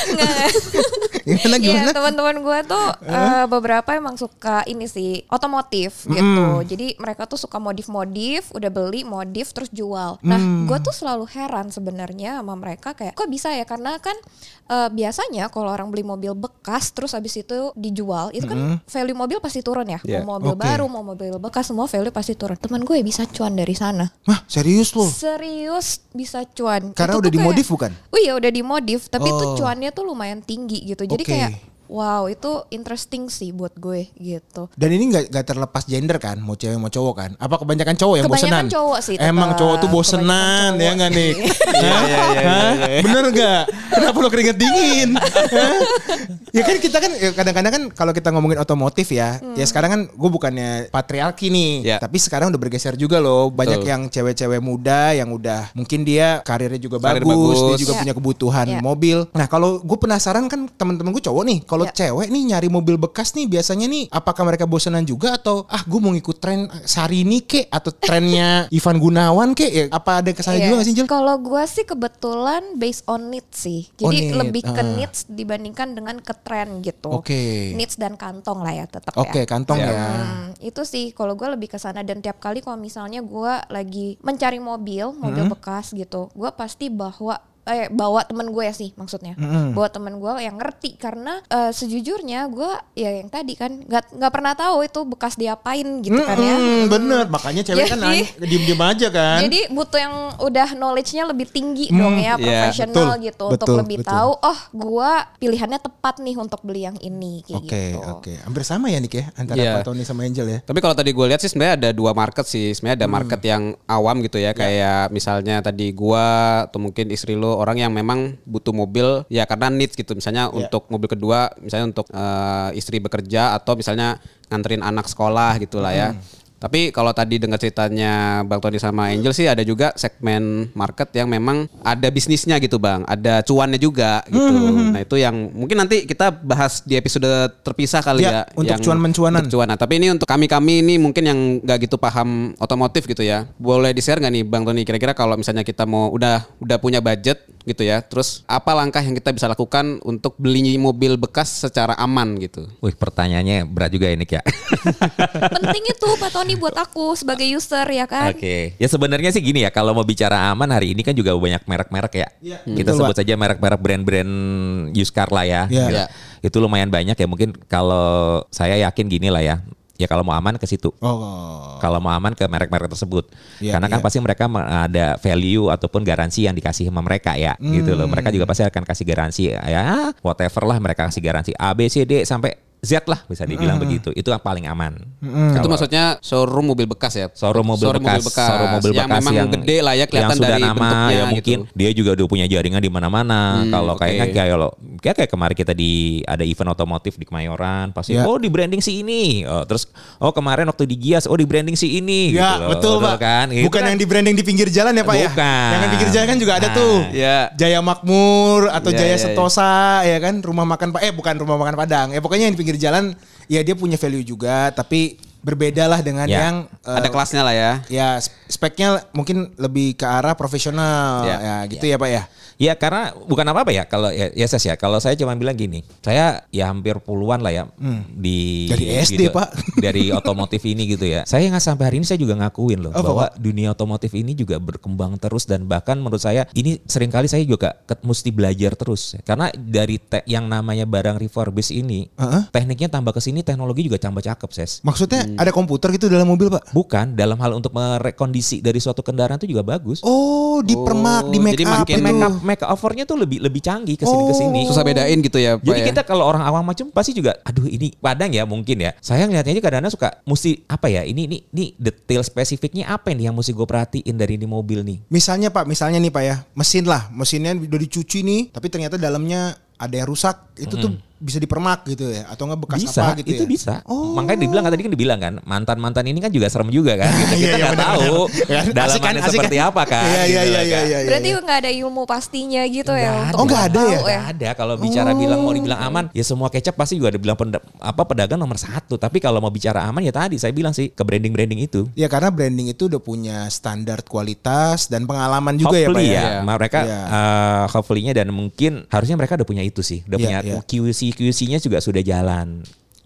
Speaker 1: Gimana gimana?
Speaker 4: Iya, teman-teman gue tuh eh, beberapa emang suka ini sih otomotif gitu. Jadi mereka tuh suka modif-modif, udah beli modif terus jual. Nah, gue tuh selalu heran sebenarnya sama mereka kayak kok bisa ya? Karena kan eh, biasanya kalau orang beli mobil bekas terus habis itu dijual, itu kan value mobil pasti turun ya.
Speaker 2: Iya.
Speaker 4: Mau mobil
Speaker 1: Oke.
Speaker 4: baru, mau mobil bekas, semua value pasti turun. Teman gue bisa cuan dari sana.
Speaker 1: Wah, serius lo?
Speaker 4: Serius bisa cuan.
Speaker 1: Karena
Speaker 4: Itu
Speaker 1: udah
Speaker 4: tuh
Speaker 1: dimodif
Speaker 4: kayak-
Speaker 1: bukan?
Speaker 4: Oh iya udah dimodif, tapi
Speaker 1: Oh.
Speaker 4: tuh cuannya tuh lumayan tinggi gitu. Jadi
Speaker 1: Oke.
Speaker 4: kayak wow itu interesting sih buat gue gitu.
Speaker 1: Dan ini nggak nggak terlepas gender kan, mau cewek mau cowok kan? Apa kebanyakan cowok yang
Speaker 4: Kebanyakan
Speaker 1: bosenan?
Speaker 4: cowok sih, tetap.
Speaker 1: Emang cowok tuh bosenan
Speaker 4: Kebanyakan
Speaker 1: ya
Speaker 4: cowok
Speaker 1: nggak nih?
Speaker 4: sih.
Speaker 1: Iya iya iya. Bener nggak? Kenapa lo keringet dingin? Hah? Ya kan kita kan ya kadang-kadang kan kalau kita ngomongin otomotif ya,
Speaker 4: Hmm.
Speaker 1: ya sekarang kan gue bukannya patriarki nih,
Speaker 2: Ya.
Speaker 1: tapi sekarang udah bergeser juga loh. Banyak
Speaker 2: Betul.
Speaker 1: yang cewek-cewek muda yang udah mungkin dia karirnya juga
Speaker 2: Karir
Speaker 1: bagus,
Speaker 2: bagus.
Speaker 1: dia juga
Speaker 4: Ya.
Speaker 1: punya kebutuhan
Speaker 4: Ya.
Speaker 1: mobil. Nah kalau gue penasaran kan teman-teman gue cowok nih, kalau
Speaker 4: Ya.
Speaker 1: cewek nih nyari mobil bekas nih biasanya nih apakah mereka bosenan juga atau ah gue mau ngikut tren Sarini kek atau trennya Ivan Gunawan kek ya, apa ada kesana
Speaker 4: Iya.
Speaker 1: juga gak sih Jel?
Speaker 4: Kalau gue sih kebetulan based on needs sih.
Speaker 1: Oh,
Speaker 4: Jadi
Speaker 1: need.
Speaker 4: lebih ke
Speaker 1: Ah.
Speaker 4: needs dibandingkan dengan ke trend gitu.
Speaker 1: Oke.
Speaker 4: Needs dan kantong lah ya tetap
Speaker 1: Oke
Speaker 4: ya.
Speaker 1: kantong
Speaker 2: Ya.
Speaker 1: ya.
Speaker 4: Hmm, itu sih kalau gue lebih ke sana, dan tiap kali kalau misalnya gue lagi mencari mobil, mobil
Speaker 1: Hmm.
Speaker 4: bekas gitu, gue pasti bawa eh bawa temen gue ya sih maksudnya,
Speaker 1: Mm-mm.
Speaker 4: bawa temen gue yang ngerti, karena eh, sejujurnya gue ya yang tadi kan nggak nggak pernah tahu itu bekas diapain gitu kan ya.
Speaker 1: Mm-mm, bener, makanya cewek kan
Speaker 4: Jadi-
Speaker 1: nanya, diem-diem aja kan.
Speaker 4: Jadi butuh yang udah knowledge-nya lebih tinggi
Speaker 1: Hmm,
Speaker 4: dong ya,
Speaker 2: iya,
Speaker 4: profesional
Speaker 1: betul,
Speaker 4: gitu,
Speaker 1: betul,
Speaker 4: untuk lebih
Speaker 1: betul.
Speaker 4: tahu oh gua pilihannya tepat nih untuk beli yang ini kayak
Speaker 1: Oke
Speaker 4: gitu.
Speaker 1: oke, hampir sama ya Nick ya antara
Speaker 2: Iya.
Speaker 1: Pak Tony sama Angel ya.
Speaker 2: Tapi kalau tadi gue lihat sih sebenarnya ada dua market sih. Sebenarnya ada
Speaker 1: Hmm.
Speaker 2: market yang awam gitu ya, kayak misalnya tadi gua atau mungkin istri lo, orang yang memang butuh mobil ya karena needs gitu. Misalnya
Speaker 1: Ya.
Speaker 2: untuk mobil kedua, misalnya untuk eh, istri bekerja atau misalnya nganterin anak sekolah gitulah ya.
Speaker 1: Hmm.
Speaker 2: Tapi kalau tadi dengar ceritanya Bang Tony sama Angel sih ada juga segmen market yang memang ada bisnisnya gitu Bang, ada cuannya juga gitu.
Speaker 1: Hmm.
Speaker 2: Nah itu yang mungkin nanti kita bahas di episode terpisah kali
Speaker 1: Ya,
Speaker 2: ya.
Speaker 1: untuk
Speaker 2: yang
Speaker 1: cuan-mencuanan.
Speaker 2: untuk cuan. Nah, tapi ini untuk kami-kami ini mungkin yang nggak gitu paham otomotif gitu ya. Boleh di-share nggak nih Bang Tony, kira-kira kalau misalnya kita mau udah udah punya budget gitu ya, terus apa langkah yang kita bisa lakukan untuk beli mobil bekas secara aman gitu?
Speaker 3: Wih, pertanyaannya berat juga ini ya.
Speaker 4: Penting itu Pak Tony buat aku sebagai user ya kan.
Speaker 3: Oke, ya sebenarnya sih gini ya, kalau mau bicara aman hari ini kan juga banyak merek-merek ya.
Speaker 1: Iya,
Speaker 3: Kita
Speaker 1: betul,
Speaker 3: sebut saja merek-merek brand-brand used car lah ya.
Speaker 1: Iya.
Speaker 3: Gitu.
Speaker 2: Iya.
Speaker 3: Itu lumayan banyak ya. Mungkin kalau saya yakin gini lah ya. Ya kalau mau aman ke situ.
Speaker 1: Oh.
Speaker 3: Kalau mau aman ke merek-merek tersebut.
Speaker 1: Iya,
Speaker 3: Karena kan
Speaker 1: iya.
Speaker 3: pasti mereka me- ada value ataupun garansi yang dikasih sama mereka ya. Gitu loh. Mereka juga pasti akan kasih garansi ya whatever lah, mereka kasih garansi A B C D sampai Z lah bisa dibilang begitu. Itu yang paling aman.
Speaker 2: Itu
Speaker 3: Kalau-
Speaker 2: maksudnya showroom mobil bekas ya?
Speaker 3: Showroom mobil bekas, showroom mobil
Speaker 2: yang
Speaker 3: bekas
Speaker 2: memang
Speaker 3: yang
Speaker 2: gede lah ya, kelihatan
Speaker 3: yang sudah
Speaker 2: dari
Speaker 3: nama
Speaker 2: bentuknya
Speaker 3: ya mungkin
Speaker 2: gitu.
Speaker 3: dia juga udah punya jaringan di mana-mana.
Speaker 2: Hmm,
Speaker 3: Kalau
Speaker 2: oke.
Speaker 3: kayaknya kayak lo kayak kayak kemarin kita di ada event otomotif di Kemayoran pasti
Speaker 1: Ya.
Speaker 3: oh di branding si ini. Oh, terus oh kemarin waktu di Gias oh di branding si ini
Speaker 1: Ya
Speaker 3: gitu loh.
Speaker 1: betul Pak.
Speaker 3: Kan? Gitu
Speaker 1: Bukan
Speaker 3: kan.
Speaker 1: yang di branding di pinggir jalan ya Pak ya.
Speaker 3: Bukan.
Speaker 1: Yang di pinggir jalan kan juga ada
Speaker 3: Nah,
Speaker 1: tuh.
Speaker 2: ya.
Speaker 1: Jaya Makmur atau
Speaker 2: Ya,
Speaker 1: Jaya
Speaker 2: ya, ya.
Speaker 1: Sentosa ya kan. Rumah makan Pak. Eh bukan rumah makan Padang. Ya pokoknya yang di pinggir jalan ya dia punya value juga. Tapi berbeda lah dengan
Speaker 3: Ya.
Speaker 1: yang eh,
Speaker 2: Ada kelasnya lah ya.
Speaker 1: ya speknya mungkin lebih ke arah profesional
Speaker 2: Ya.
Speaker 1: ya, gitu ya Pak ya.
Speaker 3: Ya karena bukan apa-apa ya kalau ya, ya Ses ya kalau saya cuma bilang gini, saya ya hampir puluhan lah ya di
Speaker 1: Dari S D,
Speaker 3: di-
Speaker 1: Pak.
Speaker 3: dari otomotif ini gitu ya. Saya nggak sampai hari ini saya juga ngakuin loh
Speaker 1: Apa,
Speaker 3: bahwa
Speaker 1: Pak?
Speaker 3: dunia otomotif ini juga berkembang terus dan bahkan menurut saya ini seringkali saya juga ket- mesti belajar terus karena dari te- yang namanya barang refurbish ini
Speaker 1: Heeh.
Speaker 3: tekniknya tambah ke sini teknologi juga tambah cakep Ses.
Speaker 1: Maksudnya
Speaker 2: Hmm.
Speaker 1: ada komputer gitu dalam mobil Pak?
Speaker 3: Bukan dalam hal untuk merekondisi dari suatu kendaraan itu juga bagus.
Speaker 1: Oh, dipermak,
Speaker 2: Oh,
Speaker 1: di make
Speaker 2: jadi
Speaker 1: up,
Speaker 2: makin
Speaker 1: itu.
Speaker 3: make up make overnya tuh lebih lebih canggih ke sini ke sini.
Speaker 2: Susah bedain gitu ya Pak
Speaker 3: Jadi
Speaker 2: ya?
Speaker 3: kita kalau orang awam macam pasti juga, aduh ini padang ya mungkin ya. Saya ngeliatnya aja kadang-kadang suka mesti apa ya ini ini ini detail spesifiknya apa nih yang mesti gue perhatiin dari ini mobil nih.
Speaker 1: Misalnya Pak, misalnya nih Pak ya, mesin lah, mesinnya udah dicuci nih, tapi ternyata dalamnya ada yang rusak, itu tuh bisa dipermak gitu ya, atau nggak bekas
Speaker 3: Bisa,
Speaker 1: apa gitu
Speaker 3: itu
Speaker 1: ya?
Speaker 3: bisa.
Speaker 1: Oh.
Speaker 3: Makanya dibilang kan tadi kan dibilang kan mantan-mantan ini kan juga serem juga kan. Gitu.
Speaker 1: Iya,
Speaker 3: Kita
Speaker 1: iya,
Speaker 3: nggak
Speaker 1: benar,
Speaker 3: tahu
Speaker 1: benar. Asik
Speaker 3: dalamannya
Speaker 1: kan, asik
Speaker 3: seperti
Speaker 1: kan?
Speaker 3: apa kan.
Speaker 1: Iya, iya,
Speaker 3: gitu
Speaker 1: iya,
Speaker 3: kan.
Speaker 1: iya, iya.
Speaker 4: Berarti nggak ada ilmu pastinya gitu ya untuk
Speaker 1: Oh, nggak ada
Speaker 4: tahu
Speaker 1: ya?
Speaker 3: Nggak ada. Kalau bicara bilang mau dibilang aman, ya semua kecap pasti juga ada bilang penda- apa pedagang nomor satu. Tapi kalau mau bicara aman ya tadi saya bilang sih ke branding-branding itu.
Speaker 1: Ya karena branding itu udah punya standar kualitas dan pengalaman juga ya Pak
Speaker 3: Hopefully
Speaker 1: ya.
Speaker 3: ya, mereka
Speaker 1: Iya.
Speaker 3: uh, hopefully-nya dan mungkin harusnya mereka udah punya itu sih, udah
Speaker 1: Iya,
Speaker 3: punya
Speaker 1: iya.
Speaker 3: Q C Q C-nya juga sudah jalan.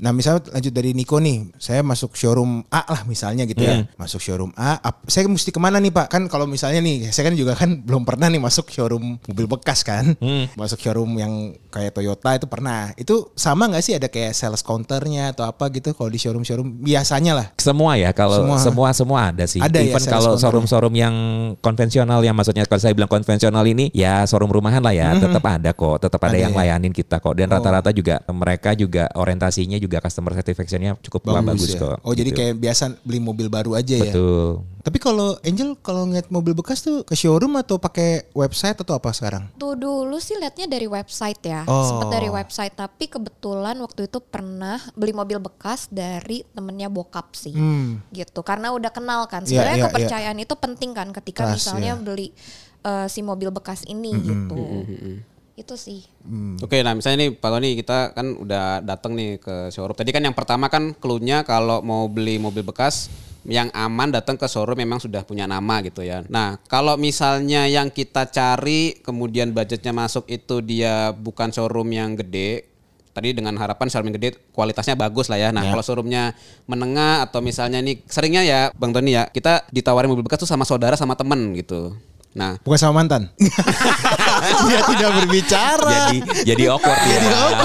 Speaker 1: Nah misalnya lanjut dari Niko nih, saya masuk showroom A lah misalnya gitu ya.
Speaker 3: Hmm.
Speaker 1: Masuk showroom A, ap- saya mesti kemana nih Pak? Kan kalau misalnya nih, saya kan juga kan belum pernah nih masuk showroom mobil bekas kan.
Speaker 3: Hmm.
Speaker 1: Masuk showroom yang kayak Toyota itu pernah. Itu sama gak sih ada kayak sales counternya atau apa gitu kalau di showroom-showroom biasanya lah?
Speaker 3: Semua ya, kalau
Speaker 1: Semua.
Speaker 3: semua semua ada sih.
Speaker 1: Ada ya,
Speaker 3: Even
Speaker 1: sales
Speaker 3: kalau
Speaker 1: counternya.
Speaker 3: showroom-showroom yang konvensional, yang maksudnya kalau saya bilang konvensional ini ya showroom rumahan lah ya, tetap ada kok, tetap ada,
Speaker 1: Ada
Speaker 3: yang
Speaker 1: ya?
Speaker 3: layanin kita kok. Dan
Speaker 1: Oh.
Speaker 3: rata-rata juga mereka juga orientasinya juga customer satisfaction-nya cukup bagus,
Speaker 1: ya.
Speaker 3: kok.
Speaker 1: Oh jadi
Speaker 3: gitu.
Speaker 1: kayak biasa beli mobil baru aja ya?
Speaker 3: Betul.
Speaker 1: Tapi kalau Angel kalau ngeliat mobil bekas tuh ke showroom atau pakai website atau apa sekarang?
Speaker 4: Tuh dulu sih liatnya dari website ya,
Speaker 1: Oh.
Speaker 4: sempet dari website. Tapi kebetulan waktu itu pernah beli mobil bekas dari temennya bokap sih,
Speaker 1: Hmm.
Speaker 4: gitu. Karena udah kenal kan.
Speaker 1: Iya,
Speaker 4: Sebenarnya
Speaker 1: iya,
Speaker 4: kepercayaan itu penting kan ketika
Speaker 1: Trust,
Speaker 4: misalnya
Speaker 1: ya.
Speaker 4: beli uh, si mobil bekas ini gitu. Itu sih.
Speaker 2: Oke, nah misalnya nih Pak Tony, kita kan udah datang nih ke showroom. Tadi kan yang pertama kan clue-nya kalau mau beli mobil bekas yang aman datang ke showroom memang sudah punya nama gitu ya. Nah, kalau misalnya yang kita cari kemudian budgetnya masuk itu dia bukan showroom yang gede. Tadi dengan harapan showroom yang gede kualitasnya bagus lah ya. Nah, kalau showroomnya menengah atau misalnya nih seringnya ya Bang Tony ya, kita ditawarin mobil bekas tuh sama saudara sama temen gitu. Nah,
Speaker 1: Bukan sama mantan. Dia tidak berbicara.
Speaker 3: Jadi jadi awkward ya.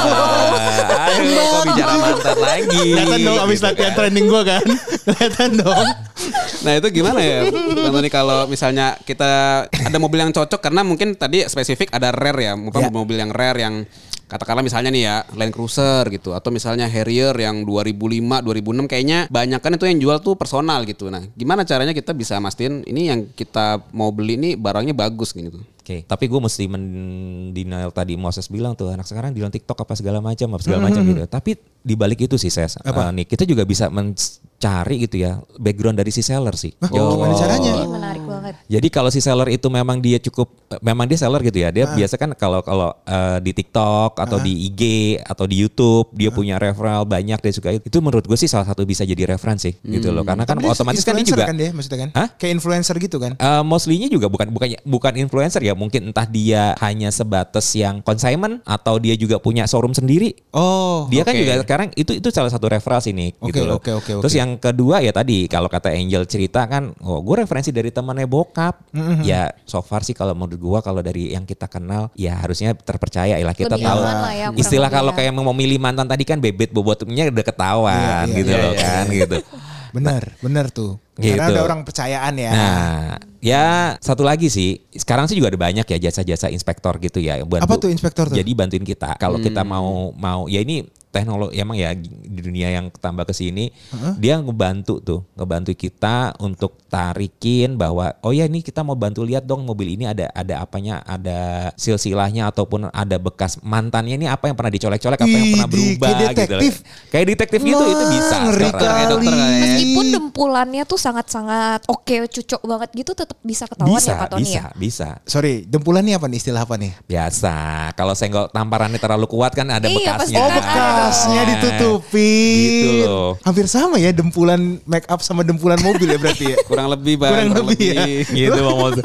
Speaker 3: Aduh, kok bicara mantan lagi.
Speaker 1: Kelihatan dong abis
Speaker 3: Gitu
Speaker 1: latihan
Speaker 3: kan.
Speaker 1: training gue kan. Kelihatan dong.
Speaker 2: nah itu gimana ya Bang Tony kalau misalnya kita ada mobil yang cocok karena mungkin tadi spesifik ada rare ya, mungkin
Speaker 1: Ya.
Speaker 2: mobil yang rare yang katakanlah misalnya nih ya Land Cruiser gitu atau misalnya Harrier yang dua ribu lima, dua ribu enam kayaknya banyak kan itu yang jual tuh personal gitu. Nah, gimana caranya kita bisa mastiin ini yang kita mau beli ini barangnya bagus gitu.
Speaker 3: Oke, tapi gue mesti mendenial tadi Moses bilang tuh anak sekarang di TikTok apa segala macam, apa segala macam gitu. Tapi di balik itu sih Ses, uh, nih kita juga bisa mencari gitu ya background dari si seller sih.
Speaker 1: Oh, gimana caranya?
Speaker 4: Ini menarik banget.
Speaker 3: Jadi kalau si seller itu memang dia cukup, memang dia seller gitu ya. Dia biasa kan kalau kalau uh, di TikTok atau di I G atau di YouTube dia punya referral banyak dia suka. Itu menurut gue sih salah satu bisa jadi referensi gitu loh. Karena kan
Speaker 1: Tapi dia
Speaker 3: otomatis kan dia
Speaker 1: influencer
Speaker 3: juga
Speaker 1: kan dia maksudnya kan?
Speaker 3: Hah?
Speaker 1: Kayak influencer gitu kan?
Speaker 3: Uh, mostly-nya juga bukan bukan bukan influencer ya, mungkin entah dia hanya sebatas yang consignment atau dia juga punya showroom sendiri.
Speaker 1: Oh,
Speaker 3: Dia kan
Speaker 2: oke.
Speaker 3: juga sekarang itu itu salah satu referensi nih
Speaker 1: Oke,
Speaker 3: gitu loh.
Speaker 1: oke, oke, oke.
Speaker 3: Terus yang kedua ya tadi kalau kata Angel cerita kan, oh gue referensi dari temannya bokap.
Speaker 1: Mm-hmm.
Speaker 3: Ya so far sih kalau menurut gue kalau dari yang kita kenal ya harusnya terpercaya lah, kita
Speaker 4: Lebih
Speaker 3: tahu.
Speaker 4: aman lah ya, kurang
Speaker 3: Istilah
Speaker 4: lebih
Speaker 3: kalau
Speaker 4: ya.
Speaker 3: kayak mau memilih mantan tadi kan bebet bobotnya udah ketahuan
Speaker 1: Iya, iya,
Speaker 3: gitu
Speaker 1: iya,
Speaker 3: loh
Speaker 1: iya,
Speaker 3: kan gitu.
Speaker 1: Benar, benar tuh.
Speaker 3: Gitu.
Speaker 1: Karena ada orang percayaan ya.
Speaker 3: Nah, ya satu lagi sih, sekarang sih juga ada banyak ya jasa-jasa inspektor gitu ya. Bantu,
Speaker 1: Apa tuh inspektor tuh?
Speaker 3: Jadi bantuin kita. Kalau kita mau mau ya ini teknologi emang ya di dunia yang tambah ke sini, dia ngebantu tuh, ngebantu kita untuk tarikin bahwa oh ya ini kita mau bantu lihat dong mobil ini ada ada apanya, ada silsilahnya ataupun ada bekas mantannya ini apa yang pernah dicolek-colek, apa yang pernah
Speaker 1: Idih,
Speaker 3: berubah
Speaker 1: kayak
Speaker 3: gitu.
Speaker 1: detektif.
Speaker 3: Kayak detektif gitu itu bisa.
Speaker 1: Ngeri
Speaker 3: sekarang.
Speaker 2: Kayak dokter
Speaker 1: kali.
Speaker 2: kan ya.
Speaker 4: Meskipun dempulannya tuh sangat-sangat oke, cucok banget gitu, tetap bisa ketahuan
Speaker 3: Bisa,
Speaker 4: ya Pak Tony
Speaker 3: bisa,
Speaker 4: ya.
Speaker 3: bisa.
Speaker 1: Sorry, dempulan ini apa nih, istilah apa nih?
Speaker 3: Biasa, kalau senggol tamparannya terlalu kuat kan ada
Speaker 4: Iya,
Speaker 3: bekasnya.
Speaker 4: pasti kan ada
Speaker 1: Bekasnya
Speaker 4: dong.
Speaker 1: ditutupin.
Speaker 3: Gitu loh.
Speaker 1: Hampir sama ya dempulan make up sama dempulan mobil ya berarti ya.
Speaker 2: Kurang lebih Bang,
Speaker 1: Kurang lebih ya.
Speaker 3: Gitu Bang Moses.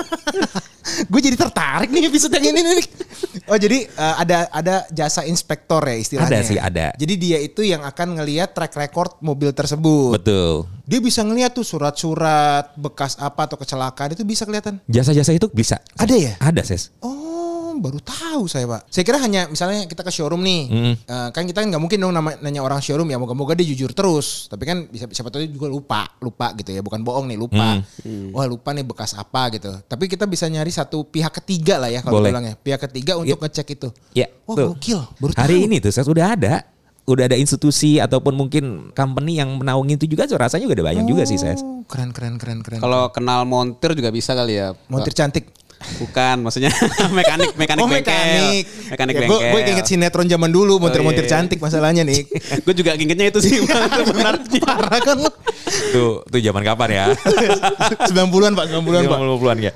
Speaker 1: Gue jadi tertarik nih episode yang ini nih. Oh jadi uh, ada ada jasa inspektor ya istilahnya.
Speaker 3: Ada sih, ada.
Speaker 1: Jadi dia itu yang akan ngelihat track record mobil tersebut.
Speaker 3: Betul.
Speaker 1: Dia bisa ngelihat tuh surat-surat bekas apa atau kecelakaan itu bisa kelihatan.
Speaker 3: Jasa-jasa itu bisa.
Speaker 1: Ada ya?
Speaker 3: Ada, Ses.
Speaker 1: Oh, baru tahu saya Pak. Saya kira hanya misalnya kita ke showroom nih,
Speaker 3: Mm.
Speaker 1: eh, kan kita kan nggak mungkin dong nama, nanya orang showroom ya. Moga-moga dia jujur terus. Tapi kan bisa siapa tahu juga lupa, lupa gitu ya. Bukan bohong nih, lupa. Wah lupa nih bekas apa gitu. Tapi kita bisa nyari satu pihak ketiga lah ya kalau
Speaker 3: Boleh.
Speaker 1: bilangnya. Pihak ketiga untuk ngecek itu.
Speaker 3: Ya.
Speaker 1: Wah
Speaker 3: tuh.
Speaker 1: gokil. Baru
Speaker 3: Hari
Speaker 1: tahu.
Speaker 3: ini tuh Ses udah ada. Udah ada institusi ataupun mungkin company yang menaungi itu juga, so rasanya juga ada banyak juga sih, Ses.
Speaker 1: Oh, keren keren keren keren.
Speaker 2: Kalau kenal montir juga bisa kali ya.
Speaker 1: montir cantik.
Speaker 2: Bukan, maksudnya mekanik, mekanik
Speaker 1: Oh
Speaker 2: bengkel.
Speaker 1: mekanik.
Speaker 2: Mekanik
Speaker 1: Ya,
Speaker 2: bengkel.
Speaker 1: Gue inget sinetron zaman dulu montir-montir
Speaker 2: Oh, iya.
Speaker 1: cantik masalahnya nih.
Speaker 2: Gue juga ingetnya itu sih Bang, sebenarnya.
Speaker 1: Parah kan lu.
Speaker 3: Tuh, tuh zaman kapan ya?
Speaker 1: sembilan puluhan Pak, sembilan puluhan Pak.
Speaker 3: lima puluhan ya.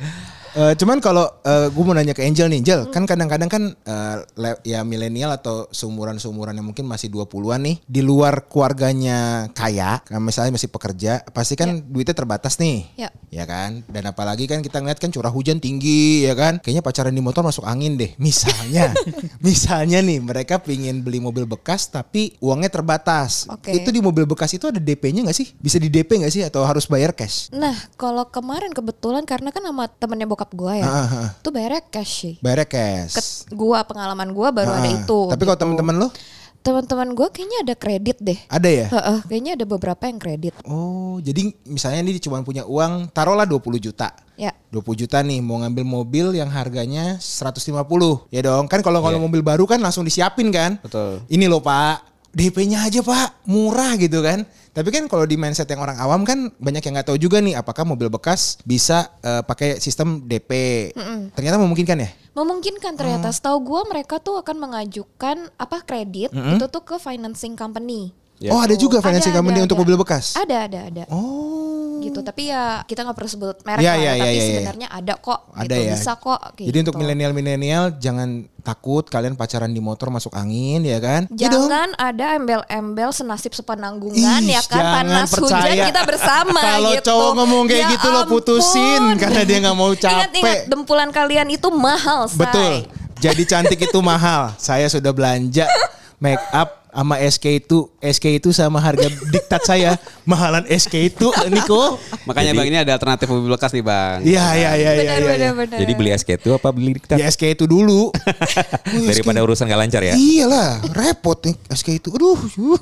Speaker 1: Uh, cuman kalau uh, gue mau nanya ke Angel nih, Angel, hmm. kan kadang-kadang kan uh, le- ya milenial atau seumuran-seumuran yang mungkin masih dua puluhan nih, di luar keluarganya kaya, kan misalnya masih pekerja, pasti kan ya. duitnya terbatas nih. Ya. Ya kan? Dan apalagi kan kita ngeliat kan curah hujan tinggi ya kan? Kayaknya pacaran di motor masuk angin deh. Misalnya, misalnya nih mereka pingin beli mobil bekas tapi uangnya terbatas. Okay. Itu di mobil bekas itu ada D P-nya nggak sih? Bisa di D P nggak sih atau harus bayar cash?
Speaker 4: Nah, kalau kemarin kebetulan karena kan sama temennya bokap gue ya, uh-huh. tuh bayarnya cash sih.
Speaker 1: Bayarnya cash.
Speaker 4: Ket- gua pengalaman gue baru uh-huh. ada itu.
Speaker 1: Tapi gitu. Kalau teman-teman lo?
Speaker 4: Teman-teman gue kayaknya ada kredit deh.
Speaker 1: Ada ya?
Speaker 4: Uh-uh, kayaknya ada beberapa yang kredit.
Speaker 1: Oh, jadi misalnya nih cuma punya uang, taruhlah dua puluh juta.
Speaker 4: Ya.
Speaker 1: dua puluh juta nih mau ngambil mobil yang harganya seratus lima puluh. Ya dong, kan kalau kalau yeah. mobil baru kan langsung disiapin kan?
Speaker 2: Betul.
Speaker 1: Ini loh Pak, D P-nya aja Pak, murah gitu kan. Tapi kan kalau di mindset yang orang awam kan banyak yang nggak tahu juga nih apakah mobil bekas bisa uh, pakai sistem D P. Mm-mm. Ternyata memungkinkan ya?
Speaker 4: Memungkinkan ternyata. Hmm. Setahu gue mereka tuh akan mengajukan apa kredit mm-hmm. itu tuh ke financing company.
Speaker 1: Yeah. Oh ada juga financing
Speaker 4: ada,
Speaker 1: company
Speaker 4: ada,
Speaker 1: untuk
Speaker 4: ada.
Speaker 1: mobil bekas?
Speaker 4: Ada, ada, ada.
Speaker 1: Oh.
Speaker 4: Gitu, tapi ya kita gak perlu sebut merek
Speaker 1: ya,
Speaker 4: lah
Speaker 1: ya,
Speaker 4: ya,
Speaker 1: ya,
Speaker 4: tapi
Speaker 1: ya, ya.
Speaker 4: sebenarnya ada kok.
Speaker 1: Ada
Speaker 4: gitu.
Speaker 1: ya.
Speaker 4: Bisa kok.
Speaker 1: Gitu.
Speaker 4: Jadi
Speaker 1: untuk milenial-milenial jangan takut kalian pacaran di motor masuk angin ya kan?
Speaker 4: Jangan ya ada embel-embel senasib sepenanggungan
Speaker 1: Ih,
Speaker 4: ya kan, panas
Speaker 1: percaya.
Speaker 4: hujan kita bersama.
Speaker 1: Kalau
Speaker 4: gitu.
Speaker 1: cowok ngomong kayak
Speaker 4: ya
Speaker 1: gitu lo putusin karena dia gak mau capek.
Speaker 4: Ingat-ingat dempulan kalian itu mahal, say.
Speaker 1: Betul. Jadi cantik itu mahal. Saya sudah belanja make up sama S K itu, S K itu sama harga diktat saya mahalan S K itu, Niko.
Speaker 2: Makanya jadi, Bang ini ada alternatif mobil bekas nih Bang.
Speaker 1: Iya iya iya iya.
Speaker 3: Jadi beli S K itu apa beli diktat?
Speaker 1: Ya S K itu dulu.
Speaker 3: Daripada urusan gak lancar ya.
Speaker 1: Iyalah, repot nih S K itu. Aduh.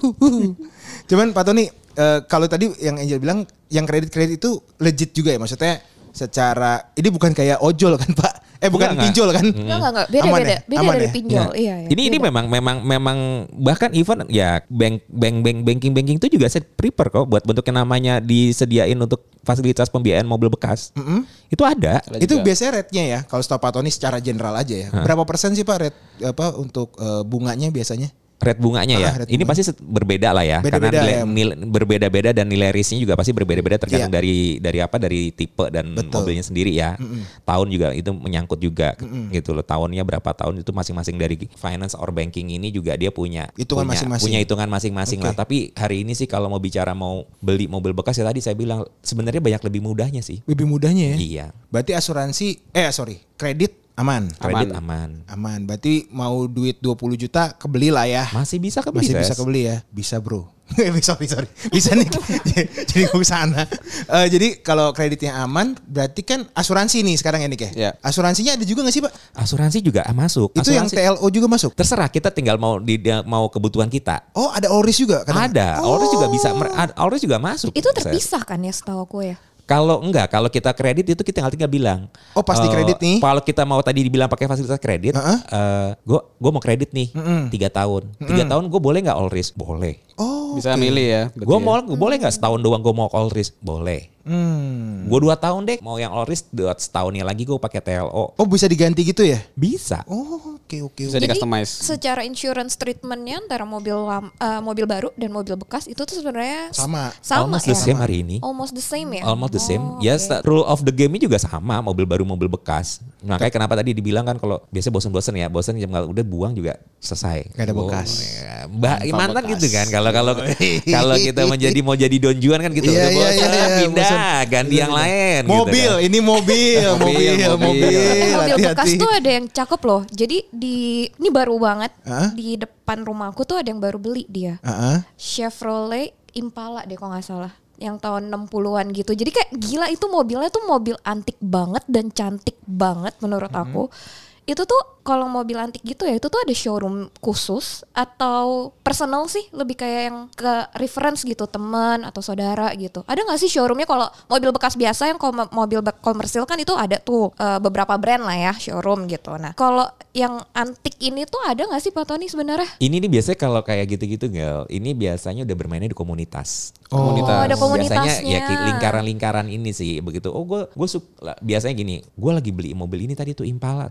Speaker 1: Cuman Pak Tony, uh, kalau tadi yang Angel bilang yang kredit-kredit itu legit juga ya, maksudnya secara ini bukan kayak ojol kan Pak? Eh bukan enggak, pinjol kan?
Speaker 4: Enggak enggak enggak, beda beda, beda
Speaker 1: aman
Speaker 4: dari
Speaker 1: ya?
Speaker 4: pinjol.
Speaker 3: Nah,
Speaker 4: iya, iya.
Speaker 3: Ini beda. ini memang memang memang bahkan even ya bank bank bank banking banking itu juga saya prepare kok buat bentuk yang namanya disediain untuk fasilitas pembiayaan mobil bekas. Mm-hmm. Itu ada.
Speaker 1: ada itu juga. Biasanya rate-nya ya kalau setahu Pak Tony secara general aja ya. Hah? Berapa persen sih Pak rate apa untuk uh, bunganya biasanya?
Speaker 3: Rate bunganya ah, ya, rate ini bunga. Pasti berbeda lah ya, beda-beda karena nilai, ya. nilai, berbeda-beda dan nilai risknya juga pasti berbeda-beda tergantung yeah. dari dari apa dari tipe dan Betul. mobilnya sendiri ya. Mm-mm. Tahun juga itu menyangkut juga Mm-mm. gitu loh, tahunnya berapa tahun itu masing-masing dari finance or banking ini juga dia punya
Speaker 1: hitungan
Speaker 3: punya,
Speaker 1: masing-masing.
Speaker 3: punya hitungan masing-masing okay. lah. Tapi hari ini sih kalau mau bicara mau beli mobil bekas ya tadi saya bilang sebenarnya banyak lebih mudahnya sih.
Speaker 1: Lebih mudahnya ya.
Speaker 3: Iya.
Speaker 1: Berarti asuransi, eh sorry, kredit. Aman.
Speaker 3: Kredit aman.
Speaker 1: Aman. Berarti mau duit dua puluh juta kebeli lah ya.
Speaker 3: Masih bisa kebeli.
Speaker 1: Masih bisa kebeli ya. Bisa bro. sorry, sorry. Bisa nih. Jadi ke sana. Uh, jadi kalau kreditnya aman berarti kan asuransi nih sekarang ya Nik ya. Yeah. Asuransinya ada juga gak sih Pak?
Speaker 3: Asuransi juga masuk.
Speaker 1: Itu
Speaker 3: asuransi,
Speaker 1: yang T L O juga masuk?
Speaker 3: Terserah kita tinggal mau di, mau kebutuhan kita.
Speaker 1: Oh ada all risk juga?
Speaker 3: Kadang. Ada.
Speaker 1: Oh.
Speaker 3: All risk juga bisa. All risk juga masuk.
Speaker 4: Itu terpisah kan ya setahu aku ya?
Speaker 3: Kalau enggak, kalau kita kredit itu kita tinggal tinggal bilang.
Speaker 1: Oh pasti uh, kredit nih.
Speaker 3: Kalau kita mau tadi dibilang pakai fasilitas kredit, uh-uh. uh, gue gue mau kredit nih tiga tahun. Tiga tahun gue boleh nggak all risk? Boleh.
Speaker 1: Oh
Speaker 2: bisa
Speaker 1: okay.
Speaker 2: milih ya.
Speaker 3: Gue mau hmm. boleh nggak setahun doang gue mau all risk? Boleh.
Speaker 1: Hmm.
Speaker 3: Gue dua tahun deh mau yang all risk, dua setahunnya lagi gue pakai T L O.
Speaker 1: Oh bisa diganti gitu ya?
Speaker 3: Bisa.
Speaker 1: Oh oke okay, oke. Okay,
Speaker 2: bisa
Speaker 1: okay.
Speaker 2: di customize.
Speaker 4: Secara insurance treatmentnya antara mobil uh, mobil baru dan mobil bekas itu tuh sebenarnya
Speaker 1: sama.
Speaker 4: Sama
Speaker 3: Almost
Speaker 4: ya.
Speaker 3: the same hari ini.
Speaker 4: Almost the same ya.
Speaker 3: Almost the same.
Speaker 4: Oh,
Speaker 3: Ya yes,
Speaker 4: okay.
Speaker 3: rule of the game ini juga sama mobil baru mobil bekas. Makanya kenapa tadi dibilang kan kalau biasa bosen-bosen ya, bosen jam udah buang juga selesai.
Speaker 1: Gak ada bekas.
Speaker 3: Oh, ya. Mbak mantan gitu kan. Kalau kalau kalau kita menjadi mau jadi Don Juan kan gitu.
Speaker 1: Iya,
Speaker 3: udah bosan
Speaker 1: iya, iya,
Speaker 3: pindah
Speaker 1: bosen.
Speaker 3: ganti yang lain.
Speaker 1: Mobil,
Speaker 3: gitu kan.
Speaker 1: ini mobil, mobil, mobil. mobil.
Speaker 4: Eh, mobil
Speaker 1: Hati-hati.
Speaker 4: bekas tuh ada yang cakep loh. Jadi di ini baru banget
Speaker 1: huh?
Speaker 4: di depan rumahku tuh ada yang baru beli dia.
Speaker 1: Uh-huh.
Speaker 4: Chevrolet Impala deh kalau nggak salah. Yang tahun enam puluhan gitu. Jadi kayak gila itu mobilnya tuh mobil antik banget dan cantik banget menurut mm-hmm. aku. Itu tuh kalau mobil antik gitu ya itu tuh ada showroom khusus atau personal sih, lebih kayak yang ke reference gitu, teman atau saudara gitu. Ada nggak sih showroomnya? Kalau mobil bekas biasa yang kom- mobil komersil kan itu ada tuh uh, beberapa brand lah ya showroom gitu. Nah kalau yang antik ini tuh ada nggak sih Pak Tony sebenarnya?
Speaker 3: Ini nih biasanya kalau kayak gitu-gitu Gel, ini biasanya udah bermainnya di komunitas.
Speaker 1: Oh,
Speaker 2: komunitas.
Speaker 4: Oh, ada komunitasnya.
Speaker 3: Biasanya ya lingkaran-lingkaran ini sih begitu. Oh gue gue suka biasanya gini, gue lagi beli mobil ini tadi tuh Impala tuh. Mm-hmm.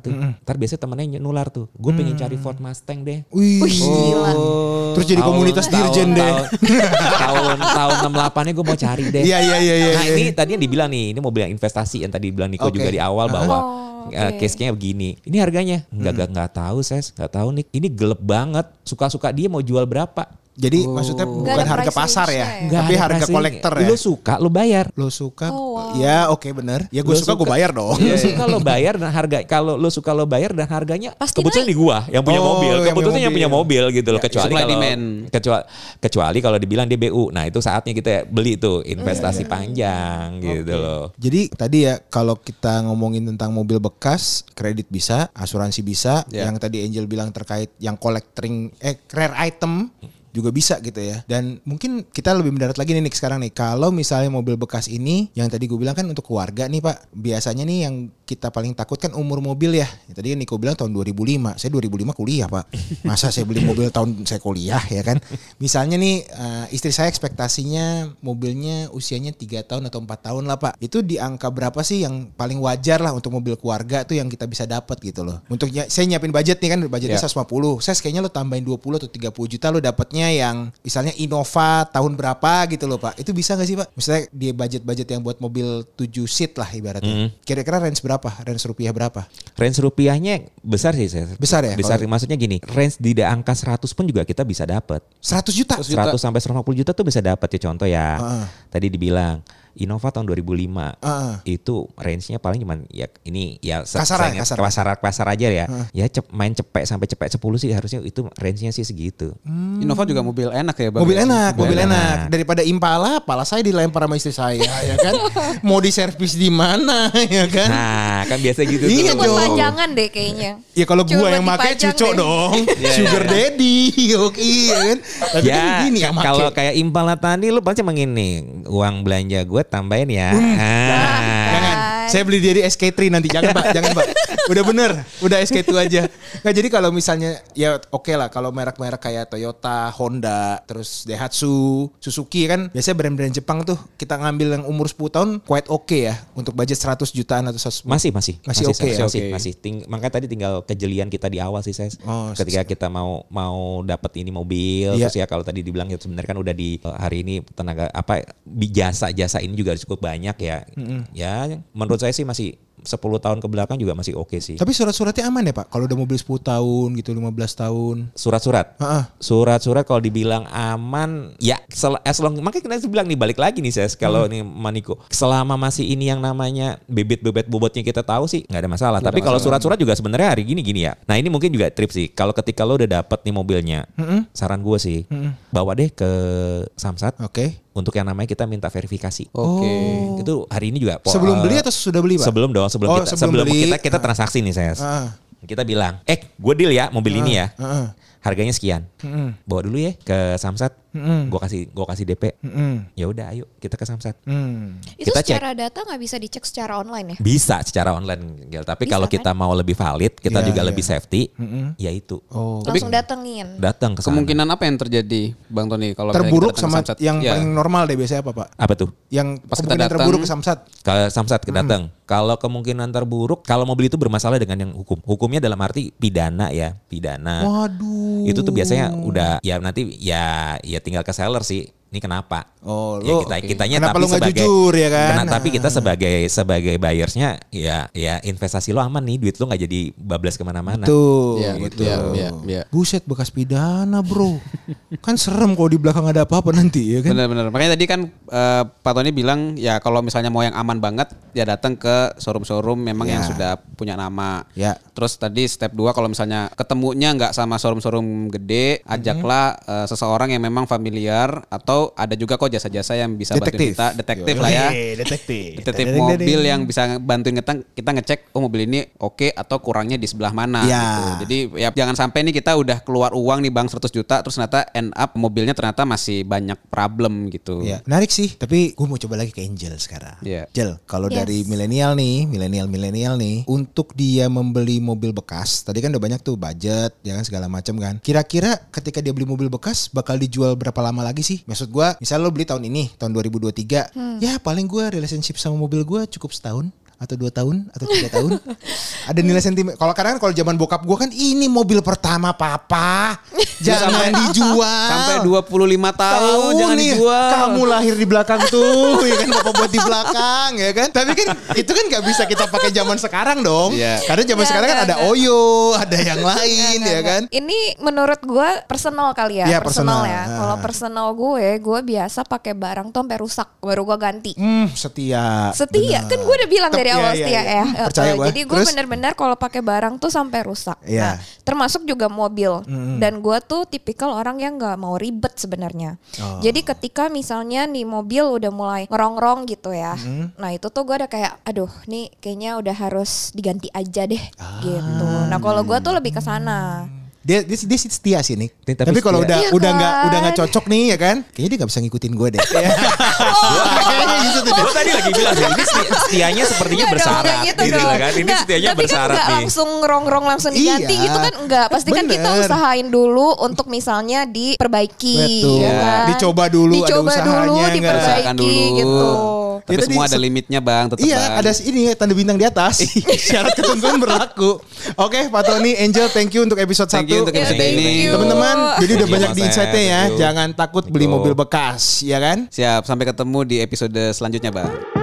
Speaker 3: Ntar biasanya temennya nular tuh. Gue
Speaker 1: Hmm.
Speaker 3: pengen cari Ford Mustang deh.
Speaker 1: Wih.
Speaker 4: Gila.
Speaker 1: Terus jadi
Speaker 3: Tahun-
Speaker 1: komunitas
Speaker 3: tahun-
Speaker 1: dirjen deh.
Speaker 3: Tahun, tahun tahun enam puluh delapan-nya gue mau cari deh.
Speaker 1: Iya iya iya iya.
Speaker 3: Nah
Speaker 1: iya.
Speaker 3: ini tadi yang dibilang nih, ini mobil yang investasi yang tadi dibilang Niko
Speaker 1: Oke.
Speaker 3: juga di awal bahwa
Speaker 4: Oh,
Speaker 3: uh,
Speaker 4: oke.
Speaker 3: case-nya begini. Ini harganya nggak nggak nggak tahu Ses, nggak tahu nih. Ini gelap banget. Suka-suka dia mau jual berapa?
Speaker 1: Jadi maksudnya bukan
Speaker 4: Nggak ada
Speaker 1: harga
Speaker 4: price
Speaker 1: pasar
Speaker 4: range-nya
Speaker 1: ya,
Speaker 4: ya?
Speaker 3: Nggak
Speaker 1: tapi
Speaker 3: ada
Speaker 1: harga
Speaker 3: pricing.
Speaker 1: kolektor ya.
Speaker 3: Lu suka, lu bayar.
Speaker 1: Lo suka,
Speaker 4: Oh, wow.
Speaker 1: ya oke bener. Ya gue
Speaker 3: Lu
Speaker 1: suka, gue bayar dong.
Speaker 3: Lu suka lo bayar dan harga kalau lu suka lo bayar dan harganya
Speaker 4: Pasti
Speaker 3: kebetulan
Speaker 4: naik.
Speaker 3: di gua yang punya
Speaker 1: Oh,
Speaker 3: mobil.
Speaker 1: yang
Speaker 3: Kebetulan
Speaker 1: punya
Speaker 3: yang punya mobil gitu loh,
Speaker 1: Ya,
Speaker 3: kecuali
Speaker 2: supply
Speaker 3: kalau
Speaker 2: demand.
Speaker 3: kecuali kecuali kalau dibilang dia B U. Nah, itu saatnya kita beli tuh investasi panjang gitu loh.
Speaker 1: Jadi tadi ya kalau kita ngomongin tentang mobil bekas, kredit bisa, asuransi bisa.
Speaker 2: Ya.
Speaker 1: Yang tadi Angel bilang terkait yang collecting, eh rare item juga bisa gitu ya. Dan mungkin kita lebih mendarat lagi nih Nick sekarang nih. Kalau misalnya mobil bekas ini yang tadi gue bilang kan untuk keluarga nih Pak. Biasanya nih yang kita paling takut kan umur mobil ya. Ya tadi kan Niko bilang tahun dua ribu lima. Saya dua ribu lima kuliah Pak. Masa saya beli mobil tahun saya kuliah ya kan. Misalnya nih uh, istri saya ekspektasinya mobilnya usianya tiga tahun atau empat tahun lah Pak. Itu di angka berapa sih yang paling wajar lah untuk mobil keluarga tuh yang kita bisa dapat gitu loh. Untuk ny- saya nyiapin budget nih kan budgetnya
Speaker 2: Ya.
Speaker 1: seratus lima puluh. Saya kayaknya lo tambahin dua puluh atau tiga puluh juta lo dapatnya yang misalnya Innova tahun berapa gitu loh Pak. Itu bisa gak sih Pak? Misalnya dia budget-budget yang buat mobil tujuh seat lah ibaratnya. Kira-kira range berapa? Range rupiah berapa?
Speaker 3: Range rupiahnya besar sih saya.
Speaker 1: Besar ya?
Speaker 3: Besar
Speaker 1: Kalau-
Speaker 3: maksudnya gini, range di angka seratus pun juga kita bisa dapat.
Speaker 1: seratus juta?
Speaker 3: seratus sampai seratus lima puluh juta tuh bisa dapat ya, contoh ya.
Speaker 1: Heeh.
Speaker 3: Tadi dibilang Innova tahun dua ribu lima.
Speaker 1: Heeh.
Speaker 3: Itu range-nya paling cuman ya ini ya se-
Speaker 1: Kasar
Speaker 3: saya
Speaker 1: ya,
Speaker 3: ingat
Speaker 1: kasar.
Speaker 3: kasar kasar aja ya. Ya cep, main cepek sampai cepek sepuluh sih harusnya itu range-nya sih segitu.
Speaker 2: Innova juga mobil enak ya Bang.
Speaker 1: Mobil
Speaker 2: ya?
Speaker 1: enak, mobil
Speaker 3: Mobil
Speaker 1: enak.
Speaker 3: enak.
Speaker 1: Daripada Impala, pala saya dilempar sama istri saya ya kan. Mau diservis di mana ya kan?
Speaker 3: Nah, kan biasa gitu
Speaker 1: Iya
Speaker 3: tuh.
Speaker 4: Buat
Speaker 1: dong.
Speaker 4: pajangan deh kayaknya.
Speaker 1: Ya kalau
Speaker 4: Cuma
Speaker 1: gua yang
Speaker 4: buat
Speaker 1: make
Speaker 4: dipajang
Speaker 1: cucok
Speaker 4: deh.
Speaker 1: dong.
Speaker 2: Iya,
Speaker 1: Sugar
Speaker 2: iya.
Speaker 1: daddy. Oke ya kan. Tapi kan
Speaker 3: Ya,
Speaker 1: gini yang make.
Speaker 3: kalau kayak Impala tadi lu pasti emang ini uang belanja gue tambahin ya.
Speaker 1: Hmm.
Speaker 3: Ah.
Speaker 1: Jangan. Saya beli dari S K tiga nanti. Jangan Pak, jangan Pak. Udah bener. Udah S K dua aja. Nah jadi kalau misalnya ya oke lah. Kalau merek-merek kayak Toyota, Honda, terus Daihatsu, Suzuki kan. Biasanya brand-brand Jepang tuh kita ngambil yang umur sepuluh tahun quite oke ya. Untuk budget seratus jutaan atau seratus.
Speaker 3: Masih masih
Speaker 1: Masih oke ya?
Speaker 3: masih
Speaker 2: Oke.
Speaker 3: masih Ting- makanya tadi tinggal kejelian kita di awal sih Ses.
Speaker 1: Oh,
Speaker 3: ketika kita mau mau dapat ini mobil
Speaker 1: Iya.
Speaker 3: terus ya kalau tadi dibilang ya sebenarnya kan udah di eh, hari ini tenaga apa bi- jasa-jasa ini juga cukup banyak ya. Ya menurut saya sih masih sepuluh tahun ke belakang juga masih oke sih.
Speaker 1: Tapi surat-suratnya aman ya Pak? Kalau udah mobil sepuluh tahun gitu, lima belas tahun.
Speaker 3: Surat-surat.
Speaker 1: Heeh.
Speaker 3: Surat-surat kalau dibilang aman ya sel- as long makanya kita bilang nih balik lagi nih Ses kalau nih Maniko selama masih ini yang namanya bibit-bibit bobotnya kita tahu sih nggak ada masalah. Tapi kalau surat-surat juga sebenarnya hari gini gini ya. Nah ini mungkin juga trip sih. Kalau ketika lo udah dapet nih mobilnya, saran gue sih bawa deh ke Samsat
Speaker 1: Oke.
Speaker 3: untuk yang namanya kita minta verifikasi.
Speaker 2: Oke.
Speaker 3: Itu hari ini juga. po-
Speaker 1: Sebelum
Speaker 3: eh,
Speaker 1: beli atau sudah beli Pak?
Speaker 3: Sebelum dong, sebelum
Speaker 1: Oh,
Speaker 3: kita
Speaker 1: sebelum
Speaker 3: sebelum,
Speaker 1: beli.
Speaker 3: kita kita transaksi nih Ses.
Speaker 1: Ah.
Speaker 3: Kita bilang, eh gue deal ya mobil ini ya.
Speaker 1: Heeh.
Speaker 3: Harganya sekian. Bawa dulu ya ke Samsat. Gue kasih gue kasih D P. Ya udah ayo kita ke Samsat.
Speaker 1: Hmm.
Speaker 4: Itu
Speaker 3: Kita cek.
Speaker 4: secara data nggak bisa dicek secara online ya?
Speaker 3: Bisa secara online, Gel. Tapi
Speaker 4: Bisa,
Speaker 3: kalau
Speaker 4: kan?
Speaker 3: kita mau lebih valid, kita
Speaker 1: Iya,
Speaker 3: juga
Speaker 1: iya.
Speaker 3: lebih safety, ya itu.
Speaker 1: Oh.
Speaker 4: Langsung datengin.
Speaker 3: Datang ke sana.
Speaker 2: Kemungkinan apa yang terjadi Bang Tony kalau misalnya
Speaker 1: Terburuk
Speaker 2: kita datang
Speaker 1: sama
Speaker 2: ke Samsat?
Speaker 1: yang
Speaker 2: Ya.
Speaker 1: paling normal deh biasanya apa Pak?
Speaker 3: Apa tuh?
Speaker 1: Yang
Speaker 2: Pas kita
Speaker 1: kemungkinan
Speaker 2: datang-
Speaker 1: terburuk ke Samsat.
Speaker 3: Ke Samsat ke datang. Kalau kemungkinan terburuk, kalau mobil itu bermasalah dengan yang hukum. Hukumnya dalam arti pidana ya, pidana.
Speaker 1: Waduh.
Speaker 3: Itu tuh biasanya udah ya nanti ya ya tinggal ke seller sih. Ini kenapa?
Speaker 1: Oh,
Speaker 3: ya
Speaker 1: lo-
Speaker 3: kita
Speaker 1: oke.
Speaker 3: kitanya
Speaker 1: Kenapa
Speaker 3: tapi
Speaker 1: lo nggak
Speaker 3: sebagai
Speaker 1: jujur, ya kan?
Speaker 3: Kena- tapi kita
Speaker 1: Ah.
Speaker 3: sebagai sebagai buyersnya ya ya investasi lo aman nih, duit lo nggak jadi bablas kemana-mana.
Speaker 1: Tuh,
Speaker 2: Iya,
Speaker 1: gitu.
Speaker 2: iya, iya, iya.
Speaker 1: Buset bekas pidana bro. Kan serem kalau di belakang ada apa-apa nanti ya kan.
Speaker 2: Benar-benar. Makanya tadi kan eh, Pak Tony bilang ya kalau misalnya mau yang aman banget ya datang ke showroom-showroom memang
Speaker 1: Ya.
Speaker 2: yang sudah punya nama.
Speaker 1: Ya.
Speaker 2: Terus tadi step dua kalau misalnya ketemunya nggak sama showroom-showroom gede, ajaklah eh, seseorang yang memang familiar atau ada juga kok jasa-jasa yang bisa
Speaker 1: Detektif.
Speaker 2: bantu kita, detektif lah ya.
Speaker 1: Hei, detektif.
Speaker 2: Detektif
Speaker 1: Dedeng,
Speaker 2: mobil
Speaker 1: dedeng.
Speaker 2: yang bisa bantuin kita kita ngecek oh mobil ini oke atau kurangnya di sebelah mana
Speaker 1: Ya.
Speaker 2: gitu. Jadi ya jangan sampai nih kita udah keluar uang nih Bang seratus juta terus ternyata end up mobilnya ternyata masih banyak problem gitu.
Speaker 1: Ya, menarik sih. Tapi gue mau coba lagi ke Angel sekarang.
Speaker 2: Iya.
Speaker 1: Jel, kalau
Speaker 4: Yes.
Speaker 1: dari milenial nih, milenial-milenial nih, untuk dia membeli mobil bekas, tadi kan udah banyak tuh budget, ya kan segala macam kan. Kira-kira ketika dia beli mobil bekas, bakal dijual berapa lama lagi sih? Maksud gue, misal lo beli tahun ini, tahun dua ribu dua puluh tiga, ya paling gue relationship sama mobil gue cukup setahun atau dua tahun atau tiga tahun. Ada nilai sentimen. Kalau kadang kalau zaman bokap gue kan ini mobil pertama papa, jangan dijual.
Speaker 2: Sampai dua puluh lima tahun
Speaker 1: Tahu
Speaker 2: jangan
Speaker 1: nih,
Speaker 2: dijual.
Speaker 1: Kamu lahir di belakang tuh, ya kan bapak buat di belakang, ya kan. Tapi kan itu kan nggak bisa kita pakai zaman sekarang dong.
Speaker 2: Iya.
Speaker 1: Karena zaman
Speaker 4: Nggak,
Speaker 1: sekarang kan
Speaker 4: nggak,
Speaker 1: ada
Speaker 4: nggak.
Speaker 1: Oyo, ada yang lain, ya kan.
Speaker 4: Ini menurut gue personal kali ya,
Speaker 1: Iya,
Speaker 4: personal,
Speaker 1: personal.
Speaker 4: ya.
Speaker 1: Ah.
Speaker 4: Kalau personal gue, gue biasa pakai barang tuh sampai rusak baru gue ganti.
Speaker 1: Hmm, setia.
Speaker 4: Setia
Speaker 1: Bener.
Speaker 4: kan gue udah bilang
Speaker 1: Tep-
Speaker 4: dari
Speaker 1: iya,
Speaker 4: awal
Speaker 1: iya,
Speaker 4: setia
Speaker 1: iya.
Speaker 4: ya.
Speaker 1: Percaya
Speaker 4: Eh,
Speaker 1: gua.
Speaker 4: Jadi gue
Speaker 1: Terus?
Speaker 4: bener-bener kalau pakai barang tuh sampai rusak.
Speaker 1: Iya.
Speaker 4: Nah, termasuk juga mobil. Dan gue tuh tipikal orang yang nggak mau ribet sebenarnya.
Speaker 1: Oh.
Speaker 4: Jadi ketika misalnya nih mobil udah mulai ngerongrong gitu ya. Nah itu tuh gue udah kayak, aduh, nih kayaknya udah harus diganti aja deh,
Speaker 1: Ah.
Speaker 4: gitu. Nah kalau gue tuh lebih ke sana.
Speaker 1: Dia, dia, dia sih setia sih Nick.
Speaker 3: Tapi
Speaker 1: Tapi, kalau
Speaker 3: setia.
Speaker 1: udah
Speaker 4: Iya
Speaker 1: udah nggak
Speaker 4: kan?
Speaker 1: udah nggak cocok nih ya kan, kayaknya dia nggak bisa ngikutin gue deh. Kayaknya gitu tuh.
Speaker 3: Gue tadi lagi bilang sih, ini seti- setianya sepertinya
Speaker 4: Enggak dong,
Speaker 3: bersyarat
Speaker 4: enggak gitu
Speaker 3: gitu
Speaker 4: dong.
Speaker 3: kan. Ini
Speaker 4: Enggak,
Speaker 3: setianya
Speaker 4: tapi
Speaker 3: bersyarat
Speaker 4: kan enggak
Speaker 3: nih.
Speaker 4: langsung rongrong langsung diganti
Speaker 1: Iya.
Speaker 4: gitu kan enggak. Pasti kan kita
Speaker 1: Bener.
Speaker 4: usahain dulu untuk misalnya diperbaiki.
Speaker 1: Betul.
Speaker 4: ya kan?
Speaker 1: Dicoba dulu, ada
Speaker 4: Dicoba
Speaker 1: usahanya,
Speaker 4: dulu,
Speaker 1: enggak?
Speaker 4: diperbaiki
Speaker 2: Usahakan dulu.
Speaker 4: gitu.
Speaker 2: Tapi
Speaker 1: Jadi
Speaker 2: semua ada
Speaker 1: se-
Speaker 2: limitnya bang, tetap
Speaker 1: Iya,
Speaker 2: bang.
Speaker 1: ada ini tanda bintang di atas. Syarat ketentuan berlaku. Oke, Pak Tony, Angel, thank you untuk episode
Speaker 2: Thank
Speaker 1: satu.
Speaker 2: you untuk
Speaker 4: Ya,
Speaker 2: episode
Speaker 4: thank
Speaker 2: ini.
Speaker 4: you.
Speaker 1: Teman-teman, jadi udah
Speaker 2: Thank you,
Speaker 1: banyak di
Speaker 2: Mas
Speaker 1: insight-nya
Speaker 2: Ed.
Speaker 1: ya.
Speaker 2: Thank you.
Speaker 1: Jangan takut beli
Speaker 3: Betul.
Speaker 1: mobil bekas, ya kan?
Speaker 2: Siap, sampai ketemu di episode selanjutnya bang.